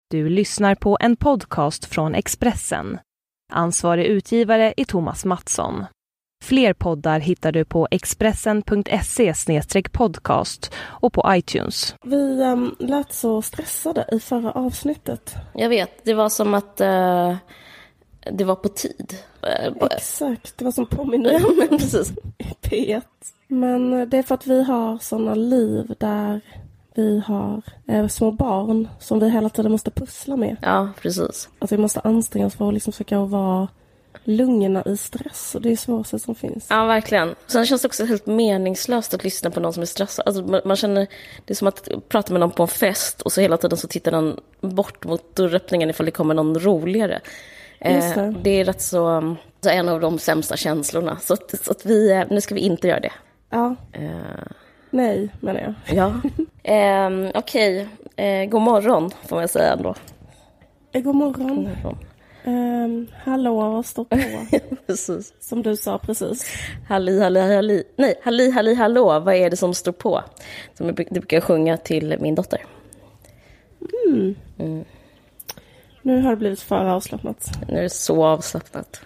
Du lyssnar på en podcast från Expressen. Ansvarig utgivare är Thomas Mattsson. Fler poddar hittar du på expressen.se/podcast och på iTunes. Vi lät så stressade i förra avsnittet. Jag vet, det var som att det var på tid. Exakt, det var som påminner. Ja, men precis. P1. Men det är för att vi har sådana liv där vi har små barn som vi hela tiden måste pussla med. Ja, precis. Alltså vi måste anstränga oss för att liksom försöka vara lugna i stress. Och det är svårast som finns. Ja, verkligen. Sen känns det också helt meningslöst att lyssna på någon som är stressad. Alltså, man känner, det är som att prata med någon på en fest och så hela tiden så tittar den bort mot dörröppningen ifall det kommer någon roligare. Det är rätt så en av de sämsta känslorna. Så att nu ska vi inte göra det. Ja. Nej, menar jag. Ja. Okej. God morgon, får man säga ändå. God morgon. Hallå, stå på. Precis. Som du sa precis. Halli. Nej, halli, hallå. Vad är det som står på? Som jag brukar sjunga till min dotter. Nu har det blivit för avslappnat. Nu är det så avslappnat.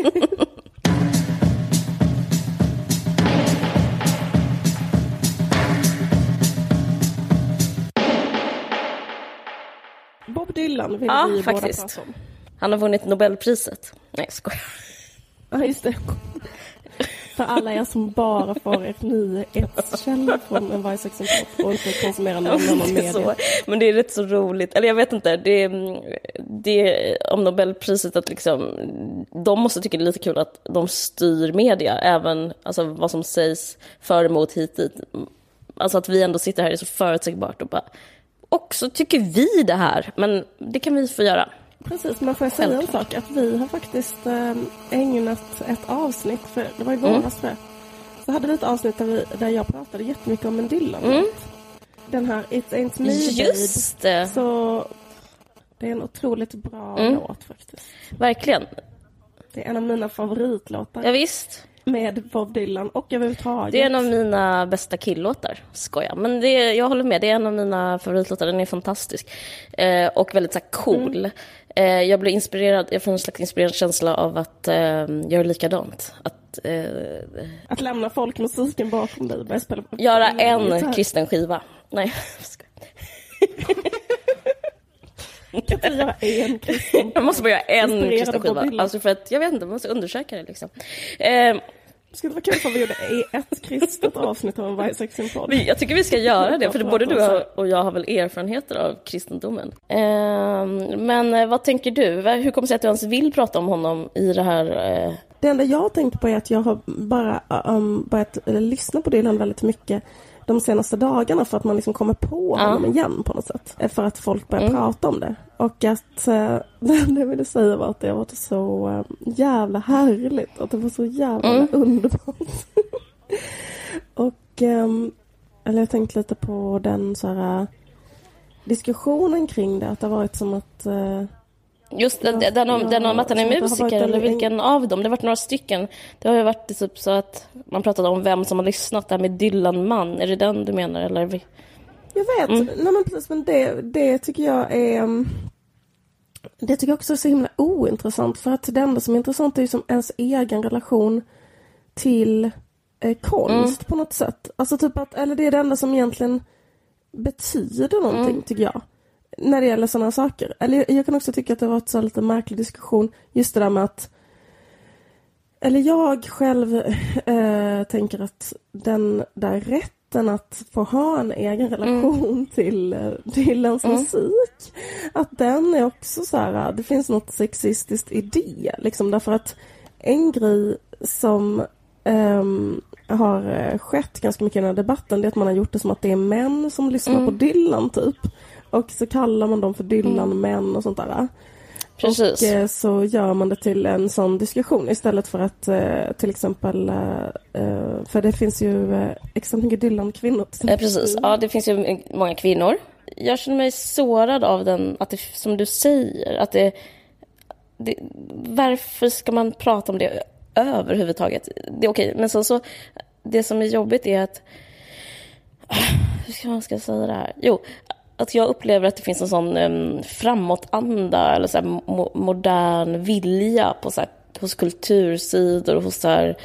Bob Dylan vill vi faktiskt båda prata om. Han har vunnit Nobelpriset. Nej, jag skojar. Ja, just det. För alla er som bara får ett nyhetskälla från en varje exemplar och inte konsumerar någon annan media. Men det är rätt så roligt. Eller jag vet inte. Det om Nobelpriset att liksom, de måste tycka det är lite kul att de styr media. Även alltså, vad som sägs för emot hit. Alltså att vi ändå sitter här är så förutsägbart och bara... Och så tycker vi det här. Men det kan vi få göra. Precis, man får säga en sak. Att vi har faktiskt ägnat ett avsnitt. För det var i våras för det. Så hade vi ett avsnitt där jag pratade jättemycket om en Dylan. Den här It Ain't Me Just det. Så det är en otroligt bra låt faktiskt. Verkligen. Det är en av mina favoritlåtar. Ja, visst. Med Bob Dylan och överhuvudtaget. Det är en av mina bästa killlåtar. Skoja. Men jag håller med. Det är en av mina favoritlåtar. Den är fantastisk. Och väldigt så här, cool. Jag blev inspirerad. Jag får en slags inspirerad känsla av att göra likadant. Att lämna folkmusiken bakom dig. Börja spela göra en kristen skiva. Nej, kan du göra en kristen? Jag måste bara göra en kristen skiva. Alltså för att, jag vet inte, man måste undersöka det liksom. Skulle det vara kul om vi gjorde ett kristet avsnitt av en varje sexinpodd? Jag tycker vi ska göra det, för både du och jag har väl erfarenheter av kristendomen. Men vad tänker du? Hur kommer det sig att du ens vill prata om honom i det här? Det enda jag tänkte på är att jag har bara börjat lyssna på Dylan väldigt mycket de senaste dagarna för att man liksom kommer på honom igen på något sätt. För att folk börjar prata om det. Och att det jag ville säga var att det var så jävla härligt. Att det var så jävla underbart. Och eller jag tänkte lite på den så här diskussionen kring det. Att det har varit som att... Just den om att han är musiker, eller vilken av dem? Det har varit några stycken. Det har ju varit typ så att man pratade om vem som har lyssnat där med Dylan-man. Är det den du menar? Eller? Jag vet, nej men precis, men det tycker jag är... Det tycker jag också är så himla ointressant. För att det enda som är intressant är ju som ens egen relation till konst på något sätt. Alltså typ att, eller det är det enda som egentligen betyder någonting tycker jag. När det gäller sådana saker. Eller jag kan också tycka att det har varit så lite märklig diskussion. Just det där med att... Eller jag själv tänker att den där rätten att få ha en egen relation till ens musik. Att den är också så här... Det finns något sexistiskt i det. Liksom därför att en grej som har skett ganska mycket i den här debatten, det är att man har gjort det som att det är män som lyssnar på Dylan typ. Och så kallar man dem för Dylan-män och sånt där. Precis. Och så gör man det till en sån diskussion istället för att till exempel för det finns ju extremt mycket Dylan-kvinnor. Precis, ja det finns ju många kvinnor. Jag känner mig sårad av den, att det, som du säger, att det varför ska man prata om det överhuvudtaget? Det är okej, men så det som är jobbigt är att hur ska man säga det här? Jo, att jag upplever att det finns en sån framåtanda eller så här modern vilja på så här, hos kultursidor och hos så här,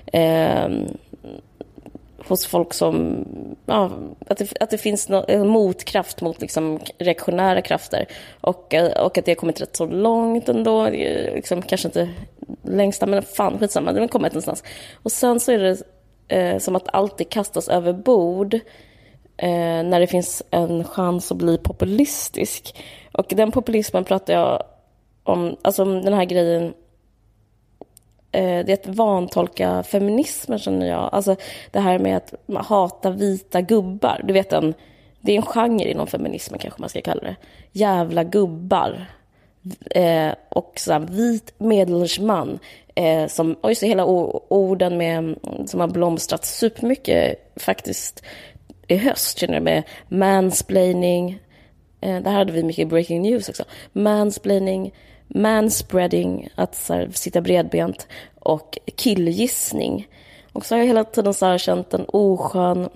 hos folk som att det finns en motkraft mot liksom reaktionära krafter och att det har kommit rätt så långt ändå, liksom, kanske inte längsta, men fan skitsamma, det har kommit någonstans. Och sen så är det som att alltid kastas över bord när det finns en chans att bli populistisk. Och den populismen pratar jag om, alltså om den här grejen. Det är ett vantolka feminismen, känner jag. Alltså det här med att hata vita gubbar. Du vet, det är en genre inom feminismen, kanske man ska kalla det. Jävla gubbar. Och så här, vit medelålders som, och just hela orden med, som har blomstrat supermycket faktiskt i höst, känner jag, med mansplaining. Där hade vi mycket breaking news också. Mansplaining, manspreading, att så här, sitta bredbent, och killgissning. Och så har jag hela tiden så här känt en oskön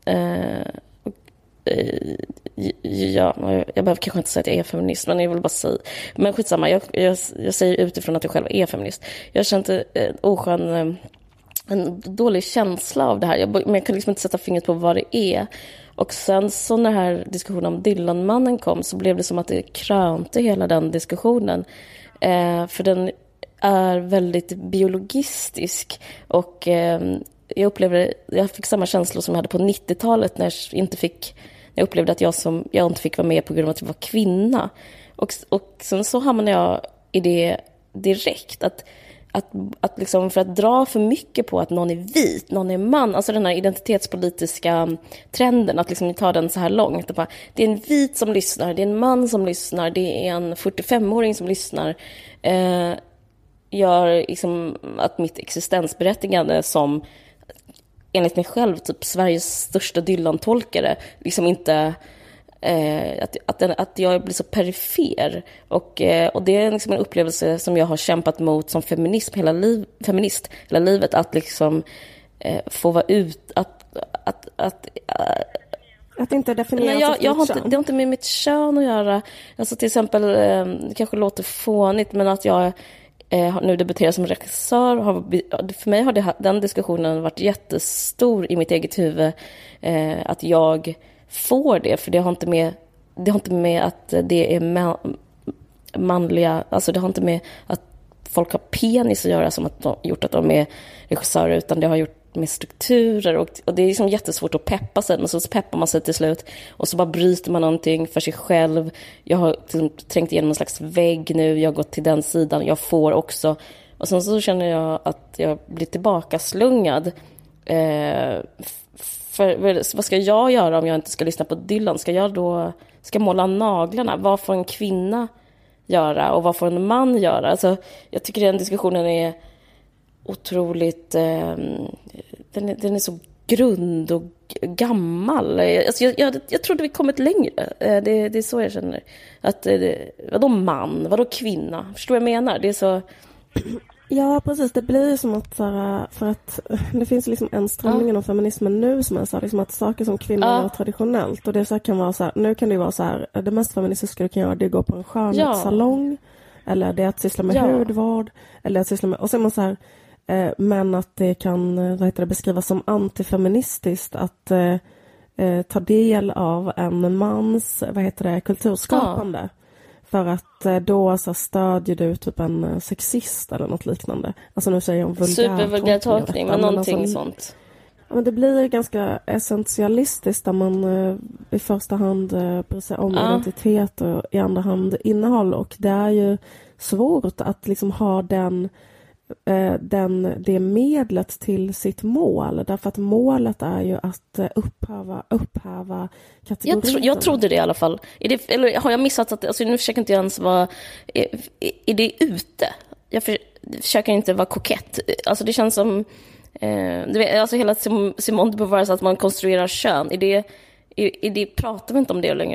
ja, jag behöver kanske inte säga att jag är feminist, men jag vill bara säga, men skitsamma, jag säger utifrån att jag själv är feminist. Jag har känt oskön, en dålig känsla av det här, men jag kan liksom inte sätta fingret på vad det är. Och sen så när den här diskussionen om Dylan-mannen kom, så blev det som att det krönte hela den diskussionen. För den är väldigt biologistisk. Och jag upplevde, jag fick samma känslor som jag hade på 90-talet när jag upplevde att jag inte fick vara med på grund av att jag var kvinna. Och sen så hamnade jag i det direkt, att liksom, för att dra för mycket på att någon är vit, någon är man, alltså den här identitetspolitiska trenden, att liksom ta den så här långt. Det är en vit som lyssnar, det är en man som lyssnar, det är en 45-åring som lyssnar, gör liksom att mitt existensberättigande som, enligt mig själv, typ Sveriges största Dylan-tolkare, liksom inte... Att jag blir så perifer, och det är liksom en upplevelse som jag har kämpat mot som feminist hela livet, att liksom få vara ut, att inte definiera det har inte med mitt kön att göra. Alltså till exempel, det kanske låter fånigt, men att jag nu debuterar som regissör, för mig har den diskussionen varit jättestor i mitt eget huvud, att jag får det, för det har inte med att det är manliga, alltså det har inte med att folk har penis att göra som att de gjort att de är regissörer, utan det har gjort med strukturer, och det är liksom jättesvårt att peppa sig, men så peppar man sig till slut och så bara bryter man någonting för sig själv. Jag har liksom trängt igenom en slags vägg nu, jag har gått till den sidan, jag får också, och sen så känner jag att jag blir tillbaka slungad. För vad ska jag göra om jag inte ska lyssna på Dylan? Ska jag måla naglarna? Vad får en kvinna göra och vad får en man göra? Alltså, jag tycker den diskussionen är otroligt... Den är så grund och gammal. Alltså, jag trodde vi kommit längre. Det är så jag känner. Att, vadå man? Vadå kvinna? Förstår vad jag menar? Det är så... Ja, precis. Det blir som att, för att det finns liksom en strömning inom feminismen nu som är så här, liksom att saker som kvinnor gör traditionellt, och det så här kan vara så här, nu kan det vara så här, det mest feministiska du kan göra, det är att gå på en skönhetssalong, eller det är att syssla med hudvård, eller att syssla med, och så är man så här, men att det kan beskrivas som antifeministiskt att ta del av en mans kulturskapande. För att då så stödjer du typ en sexist eller något liknande. Alltså nu säger jag en vulgär tolkning, men någonting alltså, sånt. Men det blir ganska essentialistiskt, där man i första hand bryr sig om identitet och i andra hand innehåll. Och det är ju svårt att liksom ha det medlet till sitt mål, därför att målet är ju att upphäva kategorier. Jag trodde det i alla fall. Eller har jag missat att, alltså nu försöker inte jag ens vara, är det ute? Jag försöker inte vara kokett. Alltså det känns som alltså hela Simone de Beauvoir, att man konstruerar kön. Är det pratar vi inte om det längre?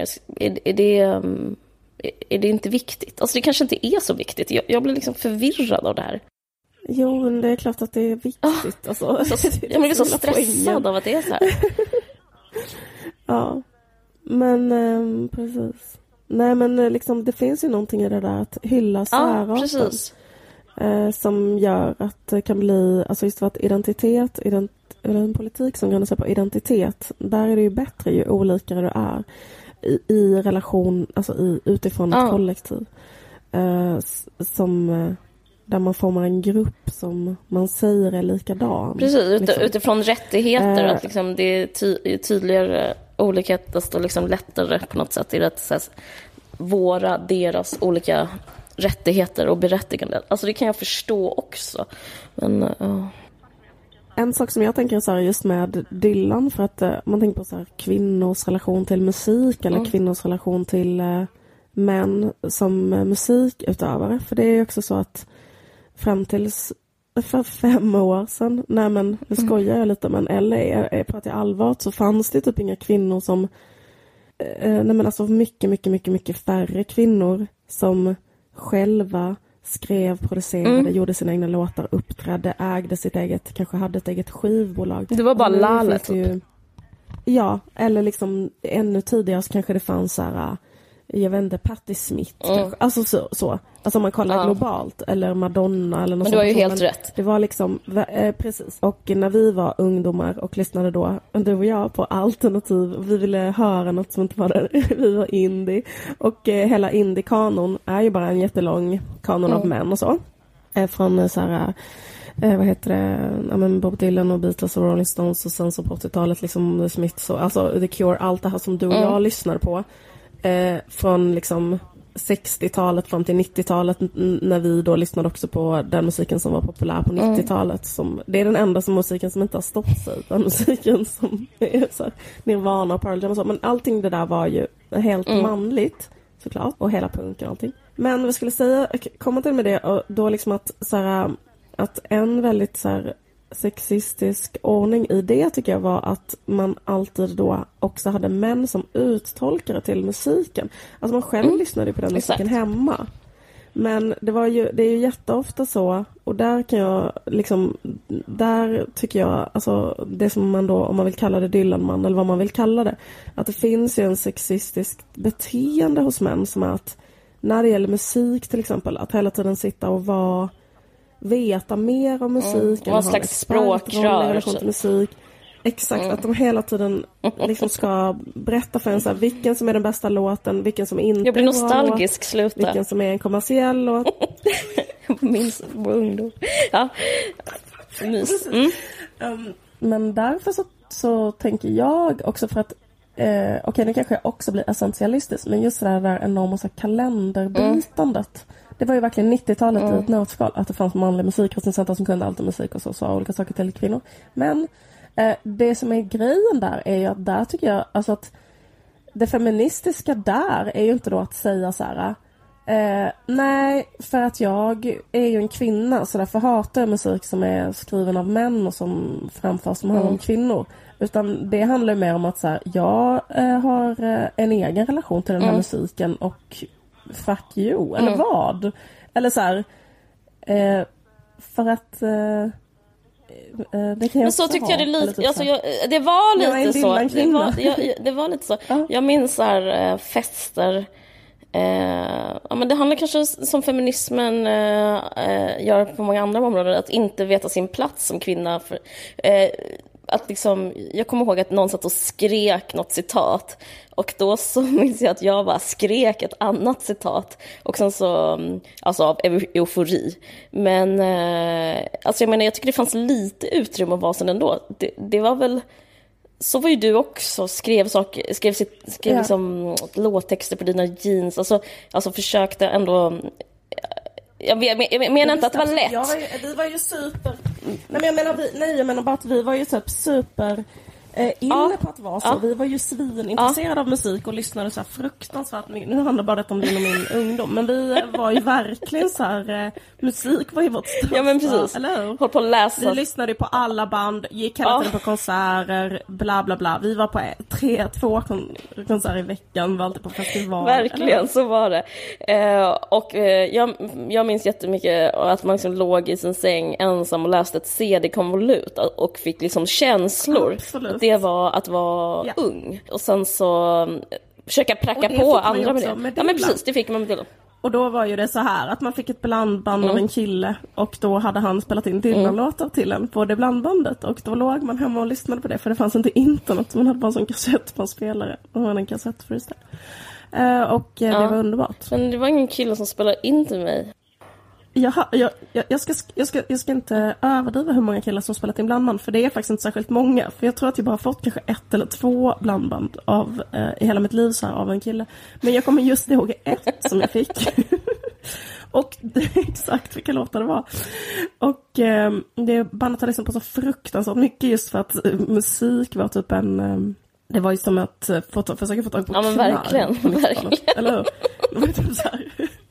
Är det inte viktigt? Alltså det kanske inte är så viktigt. Jag blir liksom förvirrad av det här. Jo, men det är klart att det är viktigt. Alltså, jag blir så stressad av att det är så här. Ja, Men precis. Nej, men liksom det finns ju någonting i det där att hylla särarten. Ja, precis. Som gör att det kan bli, alltså just för att identitet, eller en politik som grundar sig på identitet, där är det ju bättre ju olikare du är i relation, alltså utifrån ett kollektiv. Där man formar en grupp som man säger är likadan. Precis, liksom. Utifrån rättigheter, att liksom det är tydligare olikhet, desto liksom lättare på något sätt i att deras olika rättigheter och berättigande. Alltså det kan jag förstå också. Men, En sak som jag tänker så här just med Dylan, för att man tänker på så här kvinnors relation till musik eller kvinnors relation till män som musikutövare. För det är ju också så att fram tills för 5 år sedan, nej men det skojar jag lite, men eller pratar jag allvar, så fanns det typ inga kvinnor som nej men alltså mycket färre kvinnor som själva skrev, producerade, gjorde sina egna låtar, uppträdde, ägde sitt eget, kanske hade ett eget skivbolag. det var bara Laleh typ. Ja, eller liksom ännu tidigare så kanske det fanns så här, jag vet inte, Patti Smith kanske. Alltså så. Alltså om man kollar globalt, eller Madonna eller något. Men du har ju helt rätt. Det var liksom, precis. Och när vi var ungdomar och lyssnade då, du och jag, på alternativ, vi ville höra något som inte var där, vi var indie. Och hela indie-kanon är ju bara en jättelång kanon av män och så. Från så här, vad heter det, ja, men Bob Dylan och Beatles och Rolling Stones, och sen så på 80-talet liksom The Smiths och alltså The Cure, allt det här som du och jag lyssnar på. Från liksom 60-talet fram till 90-talet, när vi då lyssnade också på den musiken som var populär på 90-talet. Det är den enda musiken som inte har stått sig. Den musiken som är så här, Nirvana och Pearl Jam och så. Men allting det där var ju helt manligt, såklart. Och hela punken och allting. Men vi skulle säga, komma till med det, och då liksom att, så här, att en väldigt så här sexistisk ordning i det tycker jag var att man alltid då också hade män som uttolkare till musiken. Alltså man själv lyssnade på den musiken hemma. Men det är ju jätteofta så, och där kan jag liksom, där tycker jag, alltså det som man då, om man vill kalla det Dylan-man eller vad man vill kalla det, att det finns ju en sexistisk beteende hos män som är att när det gäller musik till exempel, att hela tiden sitta och veta mer om musik, någon slags språkrör musik. Exakt, att de hela tiden liksom ska berätta för en så här, vilken som är den bästa låten, vilken som inte är jag blir nostalgisk, sluta. Vilken som är en kommersiell låt. Minns vår ungdom. Ja. Men därför så tänker jag också, för att okej, nu kanske jag också blir essentialistisk, men just det där enorma så här kalenderbytandet. Det var ju verkligen 90-talet i ett nötskal, att det fanns manlig musikrecensenter som kunde allt om musik och så sa olika saker till kvinnor. Men det som är grejen där är ju att där tycker jag, alltså att det feministiska där är ju inte då att säga så här, nej, för att jag är ju en kvinna så därför hatar jag musik som är skriven av män och som framförs som handlar om kvinnor. Utan det handlar mer om att så här, jag har en egen relation till den här musiken och fuck you, eller vad? Eller så här, för att det kan jag. Men så tyckte jag det lite, typ alltså det var lite så. Det var lite så. Jag minns så här fester. Ja, men det handlar kanske som feminismen gör på många andra områden, att inte veta sin plats som kvinna. För, att liksom, jag kommer ihåg att någon satt och skrek något citat, och då så minns jag att jag bara skrek ett annat citat, och sen så, alltså av eufori. Men alltså jag menar, jag tycker det fanns lite utrymme att vara sån ändå. Det var väl, så var ju du också, skrev liksom låttexter på dina jeans, alltså försökte ändå. Jag menar inte att det var lätt. Vi var ju super. Nej, men jag menar bara att vi var ju typ super inne på att vara så. Vi var ju svinintresserade av musik och lyssnade så här fruktansvärt. Nu handlar bara det om din och min ungdom, men vi var ju verkligen så här, musik var ju vårt största. Ja, men precis. Eller hur? Håll på att läsa. Vi lyssnade på alla band, gick hela tiden på konserter, bla bla bla. Vi var på 2 konserter i veckan, var alltid på festival. Verkligen, så var det. Och jag minns jättemycket att man liksom låg i sin säng ensam och läste ett CD-konvolut och fick liksom känslor. Absolut. det var att vara ung. Och sen så försöka pracka på andra med det. Ja men precis, det fick man med Dylan. Och då var ju det så här att man fick ett blandband av en kille och då hade han spelat in Dylan-låtar till en på det blandbandet och då låg man hemma och lyssnade på det för det fanns inte internet, man hade bara en sån kassett på en spelare och man hade en kassett för det. Och det var underbart. Men det var ingen kille som spelade in till mig. Jag ska inte överdriva hur många killar som spelat in blandband för det är faktiskt inte särskilt många. För jag tror att jag bara fått kanske 1 eller 2 blandband av, i hela mitt liv så här, av en kille. Men jag kommer just ihåg 1 som jag fick. Och det är exakt vilka låtar det var. Och det bandet har liksom på så fruktansvärt mycket just för att musik var typ en... det var ju som att försöka få tag på knark. Ja men verkligen. Eller hur? Det var typ så här...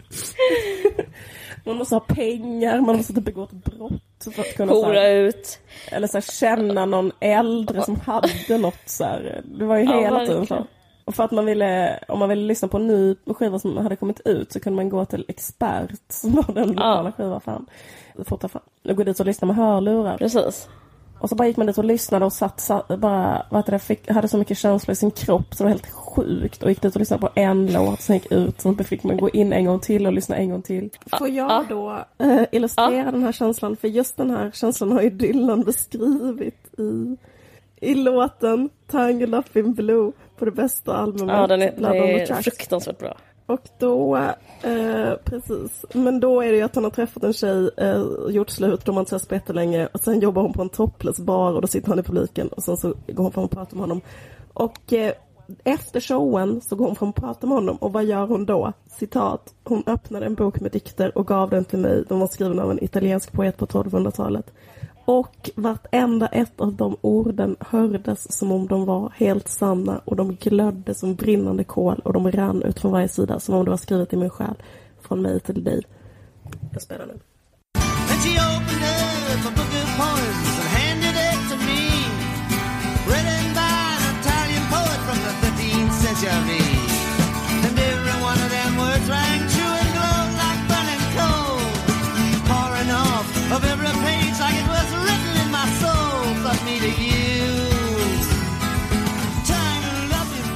Man måste ha pengar, man måste begå ett brott för att kunna hora ut. Eller så här, känna någon äldre som hade något så här. Det var ju hela tiden så. Och för att om man ville lyssna på en ny skiva som hade kommit ut så kunde man gå till Expert som var den lokala skiva fan. Och gå dit och lyssna med hörlurar. Precis. Och så bara gick man dit och lyssnade och hade så mycket känslor i sin kropp så det var helt sjukt. Och gick dit och lyssnade på en låt som gick ut. Så fick man gå in en gång till och lyssna en gång till. Får jag då illustrera den här känslan? För just den här känslan har ju Dylan beskrivit i låten Tangled Up in Blue på det bästa albumet. Ja, den är fruktansvärt bra. Och då, precis. Men då är det ju att han har träffat en tjej, gjort slut, de har inte ses på jättelänge. Och sen jobbar hon på en topless-bar och då sitter han i publiken. Och sen så går hon fram och pratar med honom. Och efter showen så går hon fram och pratar med honom. Och vad gör hon då? Citat. Hon öppnade en bok med dikter och gav den till mig. De var skrivna av en italiensk poet på 1200-talet. Och vartenda ett av de orden hördes som om de var helt sanna och de glödde som brinnande kol och de rann ut från varje sida som om det var skrivet i min själ från mig till dig. Jag spelar nu. And she opened up a book of poems and handed it to me, written by an Italian poet from the 15th century. And every one of them words rang true and glowed like burning coal, pouring off of every page like it was written in my soul, from me to you, tangled up in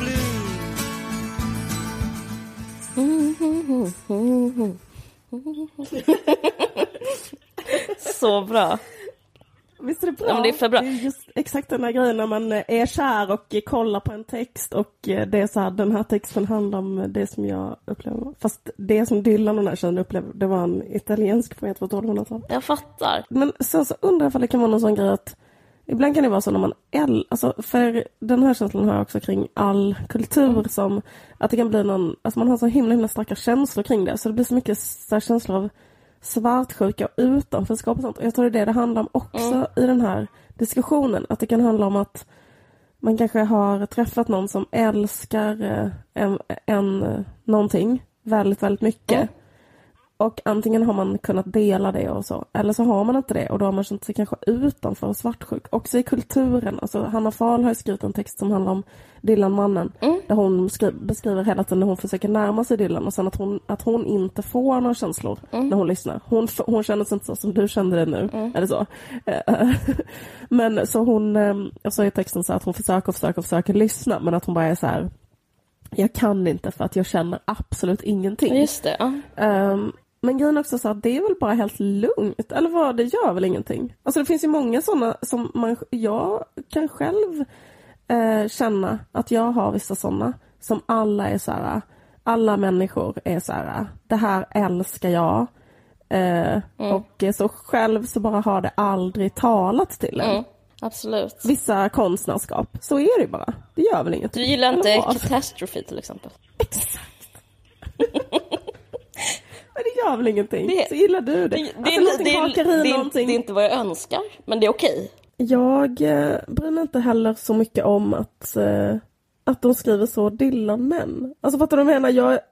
blue. Så bra. Visst är det bra? Ja, men det är för bra. Det är just exakt den här grejen när man är kär och kollar på en text och det är så här, den här texten handlar om det som jag upplever. Fast det som Dylan och den här tjejen upplevde, det var en italiensk poet på 1200-talet. Jag fattar. Men sen så undrar jag om det kan vara någon sån grej att ibland kan det vara så när man alltså för den här känslan har jag också kring all kultur som att det kan bli någon, alltså man har så himla starka känslor kring det så det blir så mycket så här känslor av svartsjuka och utanförskap och sånt. Och jag tror det handlar om också i den här diskussionen. Att det kan handla om att man kanske har träffat någon som älskar någonting väldigt, väldigt mycket. Och antingen har man kunnat dela det och så. Eller så har man inte det. Och då har man känt sig kanske utanför och svartsjuk. Också i kulturen. Alltså Hanna Fahl har skrivit en text som handlar om Dylan-mannen. Där hon beskriver hela tiden när hon försöker närma sig Dylan. Och sen att hon inte får några känslor när hon lyssnar. Hon känner sig inte så som du kände det nu. Eller så. Men så hon, jag sa i texten så att hon försöker lyssna. Men att hon bara är så här: jag kan inte för att jag känner absolut ingenting. Just det, men grejen också så att det är väl bara helt lugnt. Eller vad, det gör väl ingenting. Alltså det finns ju många sådana som jag kan själv känna att jag har vissa sådana. Som alla är så här, alla människor är så här, det här älskar jag. Och så själv så bara har det aldrig talat till en. Absolut. Vissa konstnärskap. Så är det ju bara. Det gör väl inget. Du gillar inte Catastrophe till exempel. Exakt. Men det gör väl ingenting. Så gillar du det. Det är inte vad jag önskar. Men det är okej. Jag bryr mig inte heller så mycket om att de skriver så Dylan-män. Alltså fattar du vad jag menar?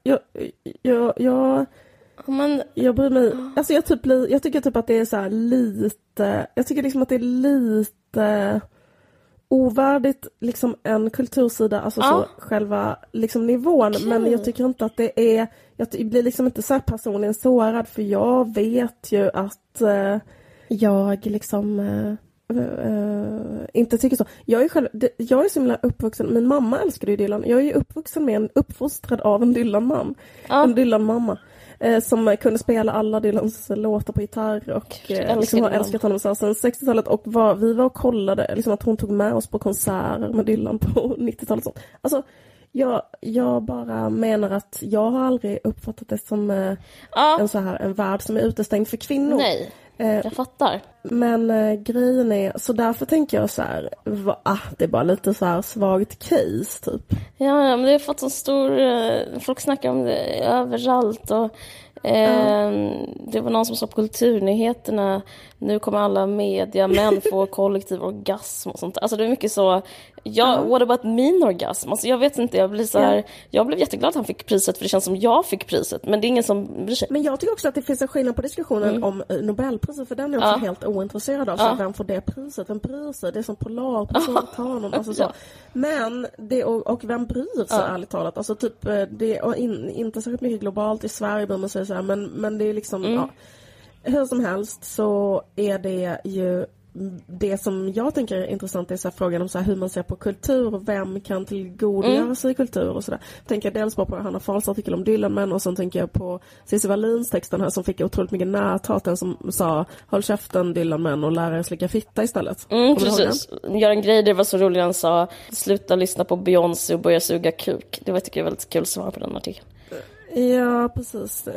Jag bryr mig. Alltså jag tycker typ att det är så här lite. Jag tycker liksom att det är lite ovärdigt liksom en kultursida, alltså så själva liksom nivån, men jag tycker inte att det är, jag blir liksom inte så här personligen sårad för jag vet ju att jag liksom inte tycker så. Jag är så himla uppvuxen, min mamma älskade ju Dylan. Jag är ju uppfostrad av en Dylan-man. En Dylan-mamma. Som kunde spela alla Dylans låtar på gitarr och liksom har älskat honom sedan 60-talet. Och vi var och kollade liksom, att hon tog med oss på konserter med Dylan på 90-talet. Alltså, jag bara menar att jag har aldrig uppfattat det som en värld som är utestängd för kvinnor. Nej, jag fattar. Men grejen är, så därför tänker jag så här, det är bara lite så här svagt case typ. Ja, men det har fått så stor, folk snackar om det överallt och det var någon som sa på Kulturnyheterna, nu kommer alla män få kollektiv orgasm och sånt. Alltså det är mycket så, what about min orgasm? Alltså jag vet inte, jag blir så här, jag blev jätteglad att han fick priset för det känns som jag fick priset, men det är ingen som bryr sig. Men jag tycker också att det finns en skillnad på diskussionen om Nobelpriset, för den är också helt ointresserad av så vem får det priset, vem bryr sig, det är som Polarpriset tar honom, alltså så. Men det, och vem bryr sig ärligt talat, alltså typ det och inte så mycket globalt i Sverige bör man säga så här, men det är liksom hur som helst så är det ju det som jag tänker är intressant är så här frågan om så här hur man ser på kultur och vem kan tillgodogöra sig kultur och sådär. Tänker jag dels bara på Hanna Fahls artikel om Dylan, och sen tänker jag på Cissi Wallins texten här som fick otroligt mycket näthat, den som sa håll käften Dylan och lära er slicka fitta istället. Precis. Göran Greider var så rolig, han sa sluta lyssna på Beyoncé och börja suga kuk. Det var tycker jag väldigt kul svar på den artikeln. Ja, precis.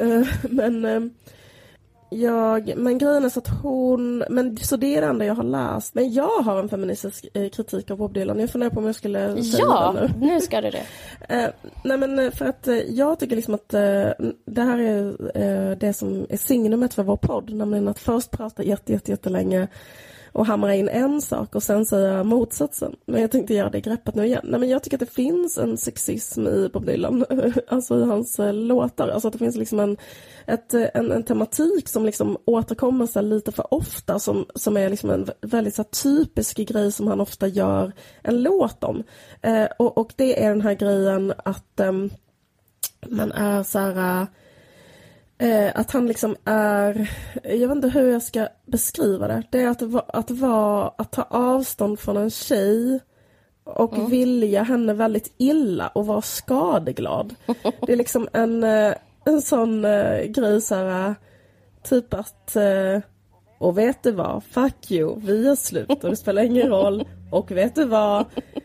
Men grejen är så att så det är det enda jag har läst. Men jag har en feministisk kritik av Bob Dylan. Jag funderar på om jag skulle säga det nu. Nu ska det. Nej, men för att jag tycker liksom att det här är det som är signumet för vår podd. Nämligen att först prata jättelänge och hamra in en sak och sen säga motsatsen. Men jag tänkte göra det greppet nu igen. Nej, men jag tycker att det finns en sexism i Bob Dylan. Alltså i hans låtar. Alltså att det finns liksom en tematik som liksom återkommer så lite för ofta. Som är liksom en väldigt så typisk grej som han ofta gör en låt om. Och det är den här grejen att man är så här... att han liksom är, jag vet inte hur jag ska beskriva det. Det är att ta avstånd från en tjej och vilja henne väldigt illa och vara skadeglad. Det är liksom en sån grej så här, typ att och vet du vad, fuck you, vi är slut och det spelar ingen roll, och vet du vad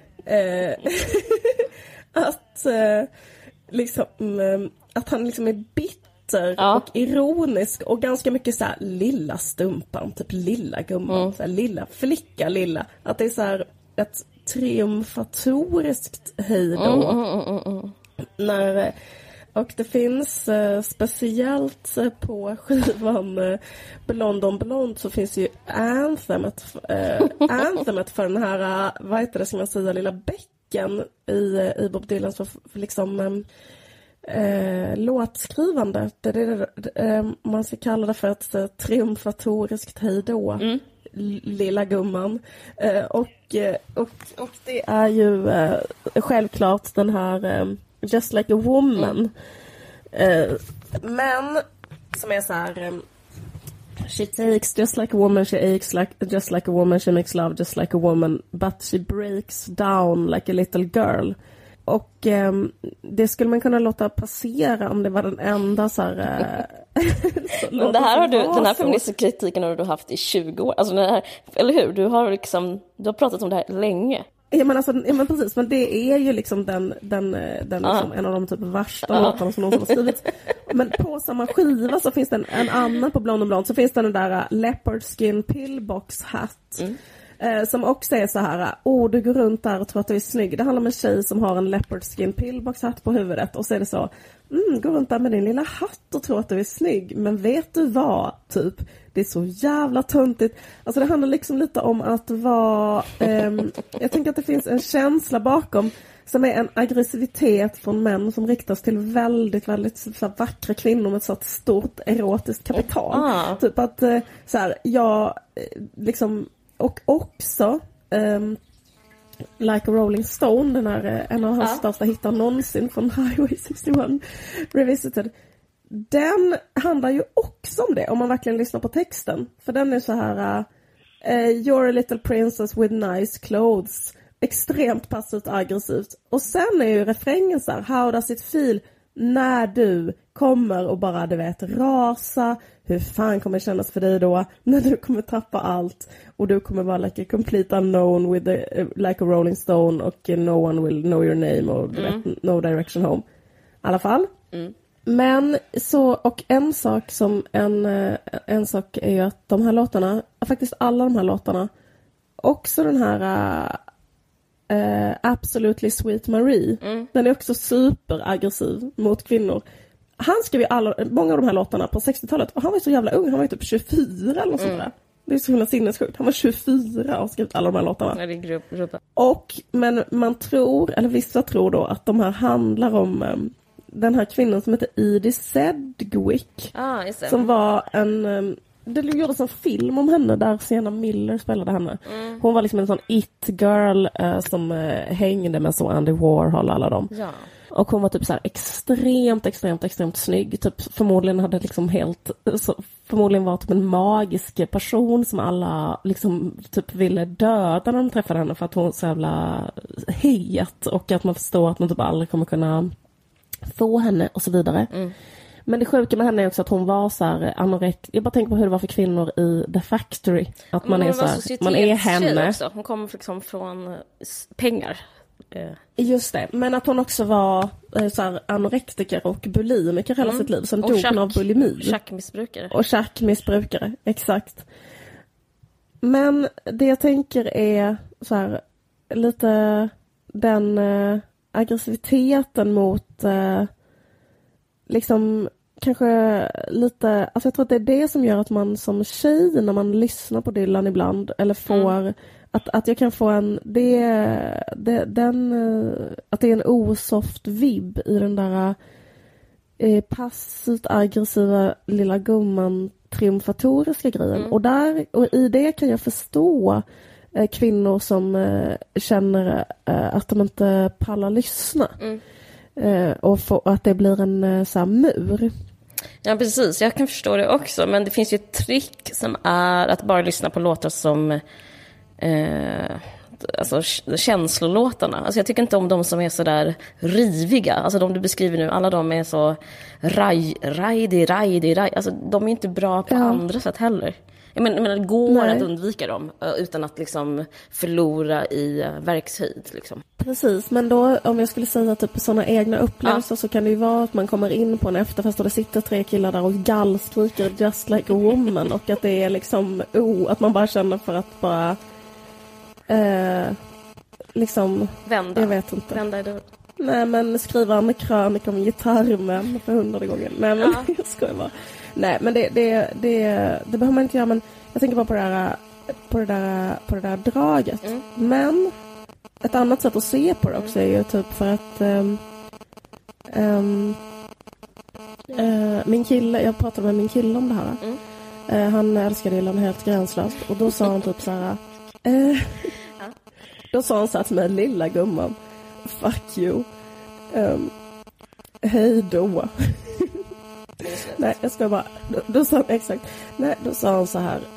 att liksom att han liksom är bitter och ironisk och ganska mycket så här lilla stumpan, typ lilla gumman, så här, lilla flicka, lilla. Att det är så här ett triumfatoriskt hejdå. När, och det finns speciellt på skivan Blond så finns ju anthemet för den här, vad heter det ska man säga, lilla bäcken i Bob Dylans för liksom låtskrivande. Man ska kalla det för ett triumfatoriskt hejdå. Lilla gumman. Och det är ju självklart den här Just Like a Woman. Men som är så här she takes just like a woman, she aches just like a woman, she makes love just like a woman, but she breaks down like a little girl. Och det skulle man kunna låta passera om det var den enda så här... Men det här har den här feministiska kritiken har du haft i 20 år. Alltså den här, eller hur? Du har pratat om det här länge. Ja men precis, men det är ju liksom den liksom, en av de typ värsta låtarna som någon har skrivit. Men på samma skiva så finns det en annan på Blond on Blond, så finns det den där leopard skin pillbox hat. Som också är så här, du går runt där och tror att du är snygg. Det handlar om en tjej som har en leopard skin pillbox hatt på huvudet. Och så är det så, gå runt där med din lilla hatt och tror att du är snygg. Men vet du vad, typ, det är så jävla töntigt. Alltså det handlar liksom lite om att vara, jag tänker att det finns en känsla bakom som är en aggressivitet från män som riktas till väldigt, väldigt så vackra kvinnor med ett så stort erotiskt kapital. Typ att så här, jag liksom. Och också Like a Rolling Stone, den här en av hans största hittar någonsin från Highway 61 Revisited. Den handlar ju också om det, om man verkligen lyssnar på texten. För den är så här You're a little princess with nice clothes. Extremt passivt aggressivt. Och sen är ju refrängen så här, how does it feel när du kommer och bara, du vet, rasa. Hur fan kommer det kännas för dig då när du kommer tappa allt och du kommer vara like a complete unknown with like a rolling stone och no one will know your name och du vet, no direction home. I alla fall. Men så, och en sak är ju att de här låtarna, faktiskt alla de här låtarna, också den här Absolutely Sweet Marie, den är också superaggressiv mot kvinnor. Han skrev ju många av de här låtarna på 60-talet och han var ju så jävla ung, han var ju typ 24 eller något sånt där. Det är så himla sinnessjukt. Han var 24 och skrev alla de här låtarna. Ja, det är gruppen. Men man tror, eller vissa tror då att de här handlar om den här kvinnan som heter Edie Sedgwick. Som var det gjordes en film om henne där Sienna Miller spelade henne. Hon var liksom en sån it-girl som hängde med så Andy Warhol och alla dem. Ja. Och hon var typ så här extremt snygg. Typ förmodligen var typ en magisk person som alla liksom typ ville döda när de träffade henne för att hon var så jävla het och att man förstår att man typ aldrig kommer kunna få henne och så vidare. Men det sjuka med henne är också att hon var så här jag bara tänker på hur det var för kvinnor i The Factory. Att man är så här, man är henne. Också. Hon kommer liksom från pengar. Just det, men att hon också var så här anorektiker och bulimiker hela sitt liv. Sen dog hon av bulimi. Chackmissbrukare, exakt. Men det jag tänker är så här, lite den aggressiviteten mot liksom kanske lite, alltså jag tror att det är det som gör att man som tjej när man lyssnar på Dylan ibland eller får att jag kan få att det är en osoft vibb i den där passivt aggressiva lilla gumman triumfatoriska grejen. Och i det kan jag förstå kvinnor som känner att de inte pallar lyssna. Och att det blir en så här mur. Ja, precis. Jag kan förstå det också. Men det finns ju ett trick som är att bara lyssna på låtar som alltså känslolåtarna. Alltså jag tycker inte om de som är så där riviga. Alltså de du beskriver nu, alla de är så rajdig. Alltså de är inte bra på andra sätt heller. Jag menar, det går att undvika dem utan att liksom förlora i verkshöjd. Liksom. Precis, men då om jag skulle säga typ sådana egna upplevelser så kan det ju vara att man kommer in på en efterfest och det sitter 3 killar där och gallskriker just like a woman och att det är liksom att man bara känner för att bara liksom vända. Jag vet inte. Vända i dörren. Nej, men skriva en krönika om gitarrmän för 100:e gången. Nej, men jag skojar bara. Nej, men det behöver man inte göra, men jag tänker bara på det där draget. Men ett annat sätt att se på det också är ju typ för att min kille, jag pratade med min kille om det här. Han älskade Dylan helt gränslöst och då sa han typ så här då sa han så här till mig, lilla gumman, fuck you, hej då. Nej, jag ska bara då sa han exakt. Nej, då sa han så här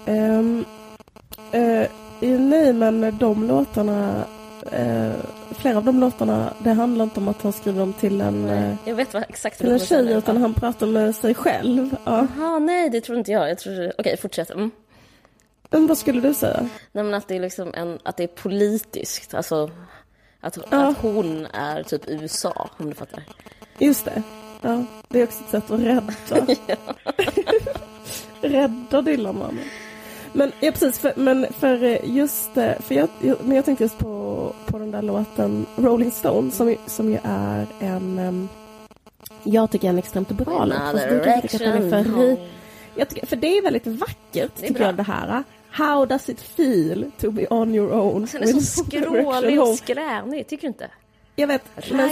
nej, men de låtarna flera av de låtarna, det handlar inte om att han skriver dem till en jag vet vad exakt till en tjej, utan han pratar med sig själv. Jaha, nej, det tror inte jag. Okej, fortsätt. Men vad skulle du säga? Nej, men att det är liksom att det är politiskt, alltså att hon är typ USA, om du fattar. Just det. Ja, det är också ett sätt att rädda. Rädda Dylan-mannen. Men ja, precis, men jag tänkte just på den där låten Rolling Stone som ju är jag tycker är en extremt bra låt. För det är väldigt vackert, tycker jag, det här. How does it feel to be on your own? Sen är så skrålig och skränig, tycker du inte? Jag vet,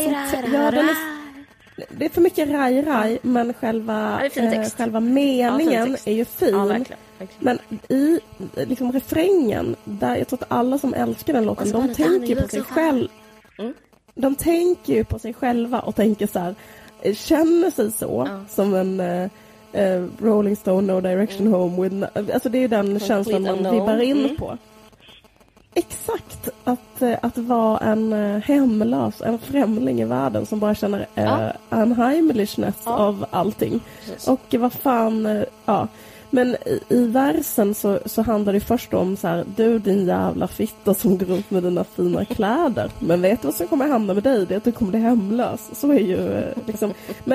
det är för mycket raj, men själva meningen är ju fin. Ja, verkligen. Men i liksom refrängen, där jag tror att alla som älskar den låten, de tänker på sig själv. De tänker ju på sig själva och tänker så här, känner sig så som Rolling Stone, No Direction Home with... Alltså det är den känslan man vibbar in på. Exakt, att vara en hemlös, en främling i världen som bara känner unheimlichness av allting. Precis. Och vad fan, Men i versen så handlar det först om så här: du din jävla fitta som går runt med dina fina kläder. Men vet du vad som kommer hända med dig? Det är att du kommer bli hemlös. Så är ju liksom...